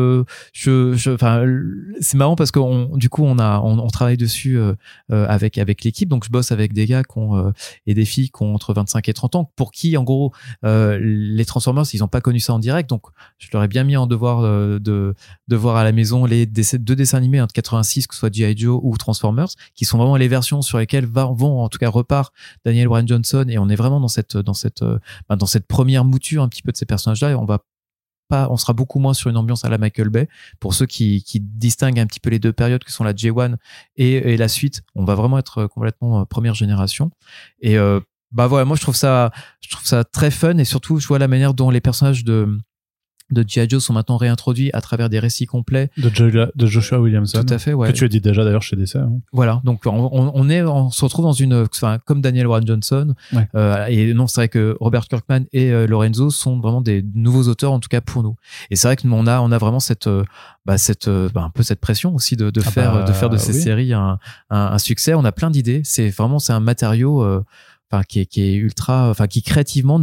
marrant parce que du coup, on travaille dessus avec l'équipe. Donc, je bosse avec des gars et des filles qui ont entre 25 et 30 ans, pour qui, en gros, les Transformers, ils n'ont pas connu ça en direct. Donc, je leur ai bien mis en devoir de voir à la maison les deux dessins animés de 86, que ce soit G.I. Joe ou Transformers, qui sont vraiment les versions sur lesquelles en tout cas, repart Daniel Bryan Johnson. Et on est vraiment dans cette première mouture un petit peu de ces personnages-là. Et on sera beaucoup moins sur une ambiance à la Michael Bay. Pour ceux qui distinguent un petit peu les deux périodes, que sont la J1 et la suite, on va vraiment être complètement première génération. Et moi je trouve ça très fun, et surtout je vois la manière dont les personnages de G.I. Joe sont maintenant réintroduits à travers des récits complets de Joshua Williamson. Tout à fait, ouais. Que tu as dit déjà d'ailleurs chez DC. Hein. Voilà, donc on se retrouve dans comme Daniel Bryan Johnson, ouais. Et non, c'est vrai que Robert Kirkman et Lorenzo sont vraiment des nouveaux auteurs, en tout cas pour nous. Et c'est vrai que nous on a vraiment un peu cette pression aussi de faire de ces séries un succès. On a plein d'idées. C'est un matériau qui est ultra, qui créativement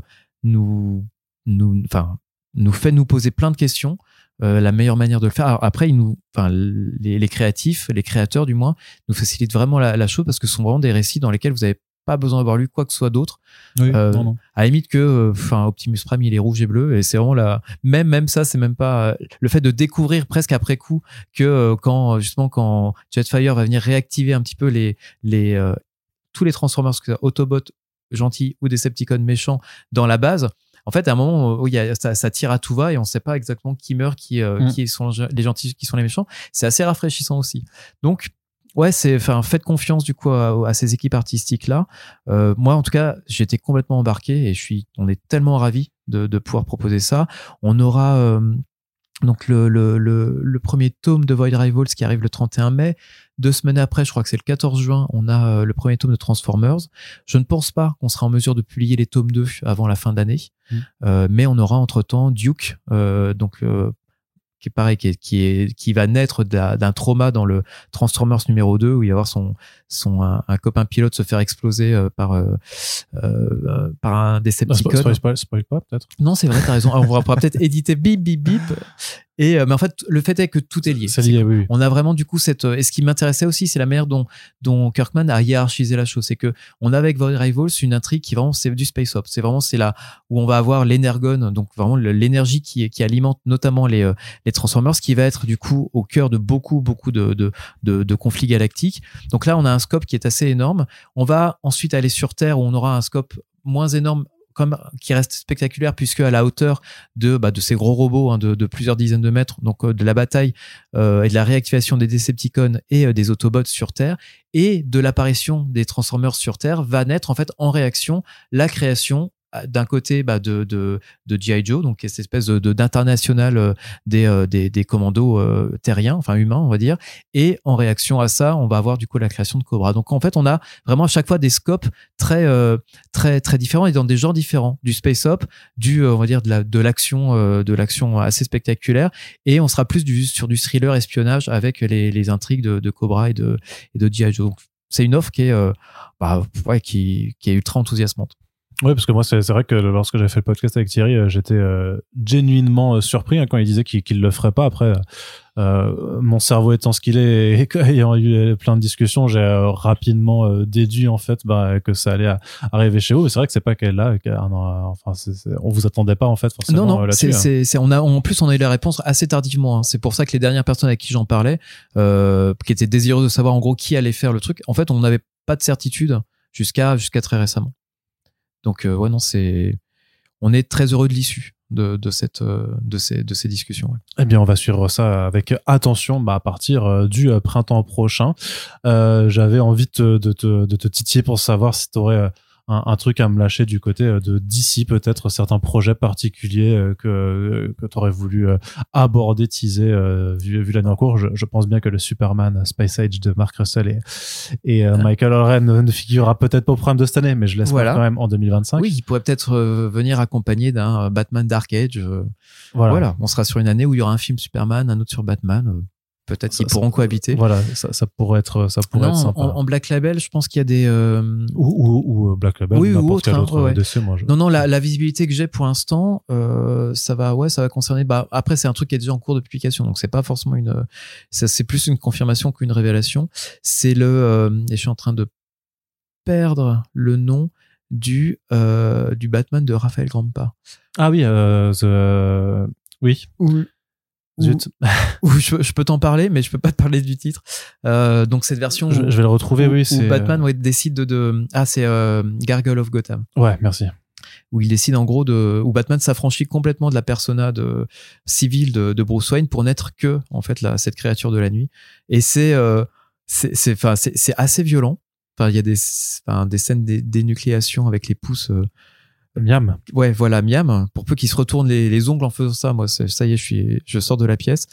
nous fait nous poser plein de questions. La meilleure manière de le faire. Alors après, les créatifs, les créateurs du moins, nous facilitent vraiment la chose, parce que ce sont vraiment des récits dans lesquels vous n'avez pas besoin d'avoir lu quoi que ce soit d'autre. Oui, non. À la limite que Optimus Prime, il est rouge et bleu, et c'est vraiment même ça, c'est même pas le fait de découvrir presque après coup que quand Jetfire va venir réactiver un petit peu tous les Transformers, que ce soit Autobots gentils ou Decepticons méchants dans la base. En fait, à un moment où ça tire à tout va, et on ne sait pas exactement qui meurt, qui sont les gentils, qui sont les méchants. C'est assez rafraîchissant aussi. Donc, ouais, faites confiance du coup à ces équipes artistiques là. Moi, en tout cas, j'ai été complètement embarqué, et on est tellement ravis de pouvoir proposer ça. On aura donc le premier tome de Void Rivals qui arrive le 31 mai. 2 semaines après, je crois que c'est le 14 juin, on a le premier tome de Transformers. Je ne pense pas qu'on sera en mesure de publier les tomes 2 avant la fin d'année, mais on aura entre-temps Duke, qui est pareil, qui va naître d'un trauma dans le Transformers numéro 2, où il va y avoir un copain pilote se faire exploser par un Decepticon. Spoil pas, peut-être. Non, c'est vrai, t'as raison. Alors, on pourra peut-être éditer bip, bip, bip. Mais en fait, le fait est que tout est lié. C'est lié, oui. On a vraiment du coup et ce qui m'intéressait aussi, c'est la manière dont Kirkman a hiérarchisé la chose. C'est que on a avec Void Rivals une intrigue qui vraiment, c'est du space op. C'est là où on va avoir l'énergone, donc vraiment l'énergie qui alimente notamment les Transformers, qui va être du coup au cœur de beaucoup de conflits galactiques. Donc là, on a un scope qui est assez énorme. On va ensuite aller sur Terre, où on aura un scope moins énorme, qui reste spectaculaire, puisque à la hauteur de ces gros robots, de plusieurs dizaines de mètres, donc de la bataille et de la réactivation des Decepticons et des Autobots sur Terre, et de l'apparition des Transformers sur Terre, va naître en fait en réaction la création d'un côté de G.I. Joe, donc cette espèce d'international des commandos terriens, enfin humains on va dire, et en réaction à ça on va avoir du coup la création de Cobra. Donc en fait on a vraiment à chaque fois des scopes très très différents et dans des genres différents, du space op, on va dire de l'action assez spectaculaire, et on sera plus sur du thriller espionnage avec les intrigues de Cobra et de G.I. Joe. Donc, c'est une offre qui est ultra enthousiasmante. Oui, parce que moi, c'est vrai que lorsque j'avais fait le podcast avec Thierry, j'étais genuinement surpris quand il disait qu'il le ferait pas. Après, mon cerveau étant ce qu'il est et ayant eu plein de discussions, j'ai rapidement déduit en fait que ça allait arriver chez vous. Mais c'est vrai que c'est pas qu'elle là, on vous attendait pas en fait forcément. Non, là-dessus. En plus on a eu la réponse assez tardivement. Hein. C'est pour ça que les dernières personnes avec qui j'en parlais, qui étaient désireuses de savoir en gros qui allait faire le truc, en fait on n'avait pas de certitude jusqu'à très récemment. Donc non, on est très heureux de l'issue de ces discussions. Ouais. Eh bien, on va suivre ça avec attention à partir du printemps prochain. J'avais envie de te titiller pour savoir si tu aurais un truc à me lâcher du côté de DC, peut-être certains projets particuliers que tu aurais voulu aborder, teaser, vu l'année en cours. Je pense bien que le Superman Space Age de Mark Russell et Michael Oren ne figurera peut-être pas au programme de cette année, mais je l'espère quand même en 2025. Oui, il pourrait peut-être venir accompagné d'un Batman Dark Age. Voilà, on sera sur une année où il y aura un film Superman, un autre sur Batman. Peut-être qu'ils pourront cohabiter. Voilà, ça pourrait être sympa. En Black Label, je pense qu'il y a des ou Black Label, ou n'importe quel autre DC. Non, la visibilité que j'ai pour l'instant, ça va concerner. Après, c'est un truc qui est déjà en cours de publication, donc c'est pas forcément c'est plus une confirmation qu'une révélation. C'est et je suis en train de perdre le nom du Batman de Raphaël Grampa. Ah oui, oui. Zut. Je peux t'en parler, mais je peux pas te parler du titre. Donc cette version, je vais le retrouver. Où Batman décide c'est Gargoyle of Gotham. Ouais, merci. Où il décide en gros où Batman s'affranchit complètement de la persona civile de Bruce Wayne pour n'être que en fait cette créature de la nuit. Et c'est assez violent. Enfin, il y a des scènes de dénucléation avec les pouces. Miam. Ouais, voilà, miam. Pour peu qu'il se retourne les ongles en faisant ça, moi, ça y est, je sors de la pièce.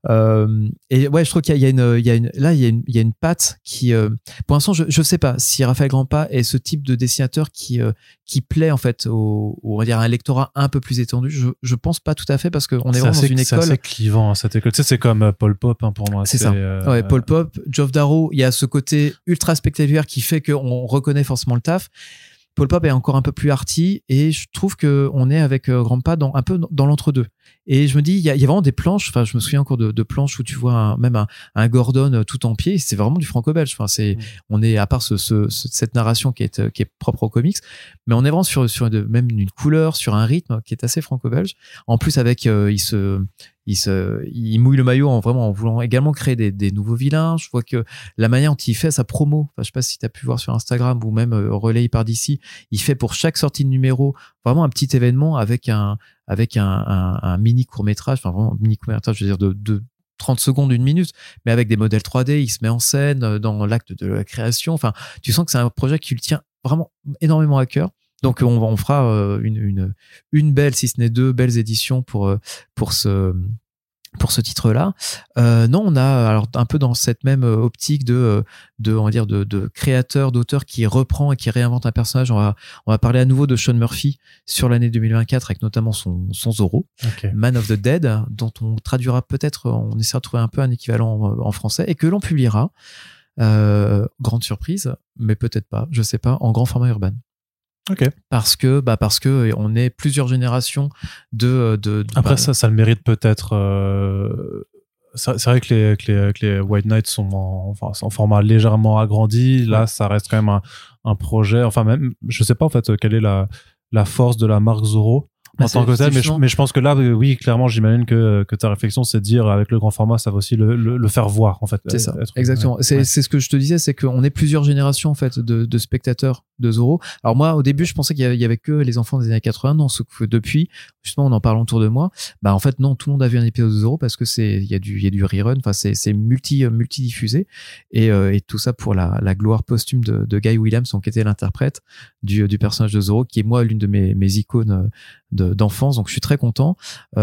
Et ouais, je trouve qu'il y a une patte qui, pour l'instant, je sais pas si Raphaël Grampa est ce type de dessinateur qui plaît en fait on va dire à un lectorat un peu plus étendu. Je pense pas tout à fait parce qu'on est vraiment dans une école. C'est assez clivant cette école. Tu sais, c'est comme Paul Pop pour moi. C'est ça. Ouais, Paul Pop, Geoff Darrow, il y a ce côté ultra spectaculaire qui fait qu'on reconnaît forcément le taf. Paul Pop est encore un peu plus arty et je trouve que on est avec Grampa un peu dans l'entre-deux. Et je me dis, il y a vraiment des planches. Enfin, je me souviens encore de planches où tu vois même un Gordon tout en pied. C'est vraiment du franco-belge. Enfin, on est à part cette narration qui est propre aux comics, mais on est vraiment sur même une couleur, sur un rythme qui est assez franco-belge. En plus, avec il mouille le maillot en voulant également créer des nouveaux vilains. Je vois que la manière dont il fait sa promo, enfin, je sais pas si tu as pu voir sur Instagram ou même relayé par DC, il fait pour chaque sortie de numéro vraiment un petit événement avec un mini court-métrage, enfin vraiment mini court-métrage, je veux dire de 30 secondes, 1 minute, mais avec des modèles 3D, il se met en scène dans l'acte de la création. Enfin, tu sens que c'est un projet qui lui tient vraiment énormément à cœur. Donc on fera une belle, si ce n'est 2 belles éditions pour pour ce titre-là. Non, on a alors un peu dans cette même optique de on va dire de créateur, d'auteur qui reprend et qui réinvente un personnage. On va parler à nouveau de Sean Murphy sur l'année 2024 avec notamment son Zorro, Man of the Dead, dont on traduira peut-être, on essaiera de trouver un peu un équivalent en français et que l'on publiera. Grande surprise, mais peut-être pas, je sais pas, en grand format urbain. Ok. Parce que on est plusieurs générations de après ça le mérite peut-être. C'est vrai que les White Knights sont en format légèrement agrandi. Là, ça reste quand même un projet. Enfin, même, je sais pas en fait quelle est la force de la marque Zorro en tant que tel, mais je pense que là, oui, clairement, j'imagine que ta réflexion, c'est de dire avec le grand format, ça va aussi le faire voir en fait. C'est ça, exactement. C'est ce que je te disais, c'est qu'on est plusieurs générations en fait de spectateurs de Zorro. Alors moi, au début, je pensais qu'il y avait que les enfants des années 80. Non, ce que depuis, justement, on en parle autour de moi. Bah en fait, non, tout le monde a vu un épisode de Zorro parce que il y a du rerun. Enfin, c'est multi diffusé et tout ça pour la gloire posthume de Guy Williams, qui était l'interprète du personnage de Zorro, qui est moi l'une de mes icônes d'enfance. Donc je suis très content.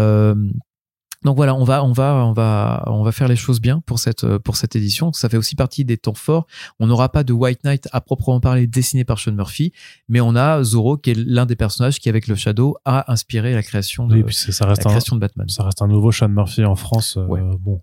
Donc voilà, on va faire les choses bien pour cette édition. Ça fait aussi partie des temps forts. On n'aura pas de White Knight à proprement parler dessiné par Sean Murphy, mais on a Zorro qui est l'un des personnages qui, avec le Shadow, a inspiré la création de création de Batman. Ça reste un nouveau Sean Murphy en France. Ouais. Bon.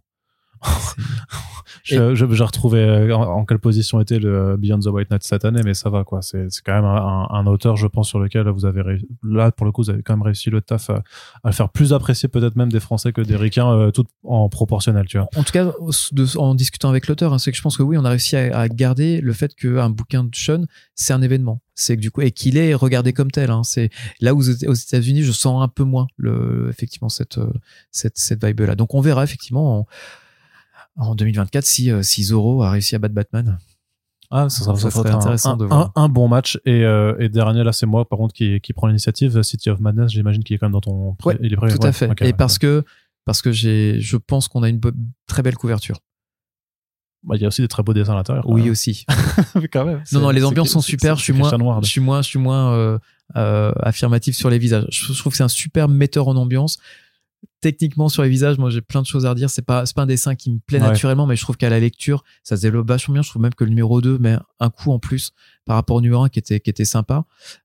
J'ai retrouvé en quelle position était le Beyond the White Knight cette année, mais ça va quoi. C'est quand même un auteur, je pense, sur lequel vous avez là pour le coup vous avez quand même réussi le taf à le faire plus apprécier peut-être même des Français que des Ricains, tout en proportionnel, tu vois. En tout cas, en discutant avec l'auteur, c'est que je pense que oui, on a réussi à garder le fait qu'un bouquin de Sean, c'est un événement. C'est que du coup, et qu'il est regardé comme tel. C'est là où aux États-Unis, je sens un peu moins effectivement cette vibe là. Donc on verra effectivement en 2024 si Zorro a réussi à battre Batman. Ah, ça serait intéressant de voir. Un bon match. Et dernier, là, c'est moi, par contre, qui prend l'initiative. City of Madness, j'imagine qu'il est quand même dans ton... Ouais, il est prêt, tout à fait. Okay, et parce que je pense qu'on a une très belle couverture. Il y a aussi des très beaux dessins à l'intérieur. Oui, aussi. Mais quand même. Non, les ambiances sont super. Je suis moins affirmatif sur les visages. Je trouve que c'est un super metteur en ambiance. Techniquement, sur les visages, moi j'ai plein de choses à redire. C'est pas un dessin qui me plaît naturellement, mais je trouve qu'à la lecture ça se développe vachement bien. Je trouve même que le numéro 2 met un coup en plus par rapport au numéro 1 qui était sympa.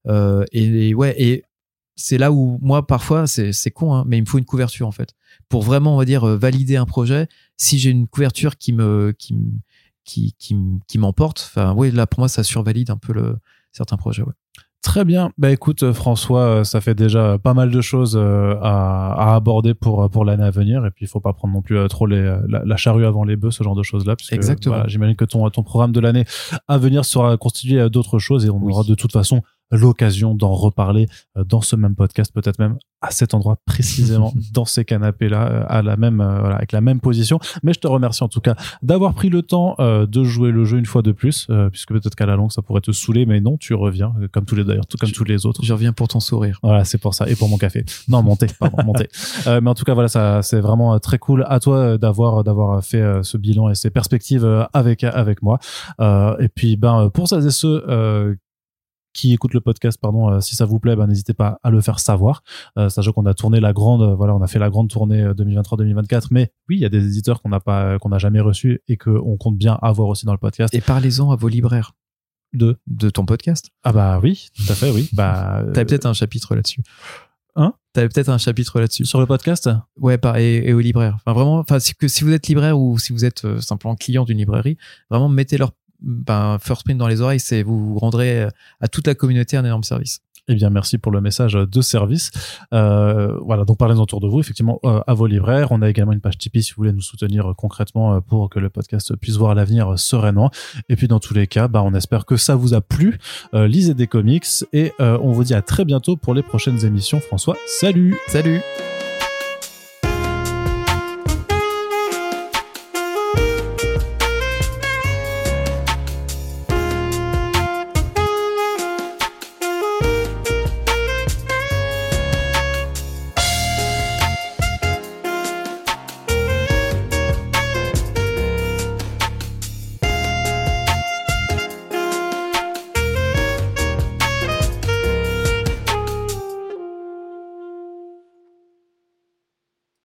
Et c'est là où moi parfois c'est con, hein, mais il me faut une couverture en fait pour vraiment, on va dire, valider un projet. Si j'ai une couverture qui m'emporte, enfin oui, là pour moi ça survalide un peu certains projets. Ouais. Très bien. Bah écoute François, ça fait déjà pas mal de choses à aborder pour l'année à venir, et puis il faut pas prendre non plus trop la charrue avant les bœufs, ce genre de choses là, puisque exactement. Voilà, j'imagine que ton programme de l'année à venir sera constitué d'autres choses, et on aura de toute façon l'occasion d'en reparler dans ce même podcast, peut-être même à cet endroit précisément, dans ces canapés-là, avec la même position. Mais je te remercie en tout cas d'avoir pris le temps de jouer le jeu une fois de plus, puisque peut-être qu'à la longue ça pourrait te saouler, mais non, tu reviens, comme tous les autres. Je reviens pour ton sourire. Voilà, c'est pour ça, et pour mon café. Non, montez. Mais en tout cas, voilà, ça, c'est vraiment très cool. À toi d'avoir fait ce bilan et ces perspectives avec moi. Et puis, pour celles et ceux qui écoutent le podcast, si ça vous plaît, n'hésitez pas à le faire savoir. Sachant qu'on a tourné on a fait la grande tournée 2023-2024, mais oui, il y a des éditeurs qu'on n'a jamais reçus et qu'on compte bien avoir aussi dans le podcast. Et parlez-en à vos libraires. De ton podcast. Ah bah oui, tout à fait, oui. T'avais peut-être un chapitre là-dessus. Hein? T'avais peut-être un chapitre là-dessus. Sur le podcast? Ouais, et aux libraires. Enfin, vraiment, si vous êtes libraire ou si vous êtes simplement client d'une librairie, vraiment mettez leur First Print dans les oreilles, vous rendrez à toute la communauté un énorme service. Eh bien, merci pour le message de service. Voilà, donc parlez-en autour de vous, effectivement, à vos libraires. On a également une page Tipeee si vous voulez nous soutenir concrètement pour que le podcast puisse voir l'avenir sereinement. Et puis, dans tous les cas, on espère que ça vous a plu. Lisez des comics et on vous dit à très bientôt pour les prochaines émissions. François, salut! Salut!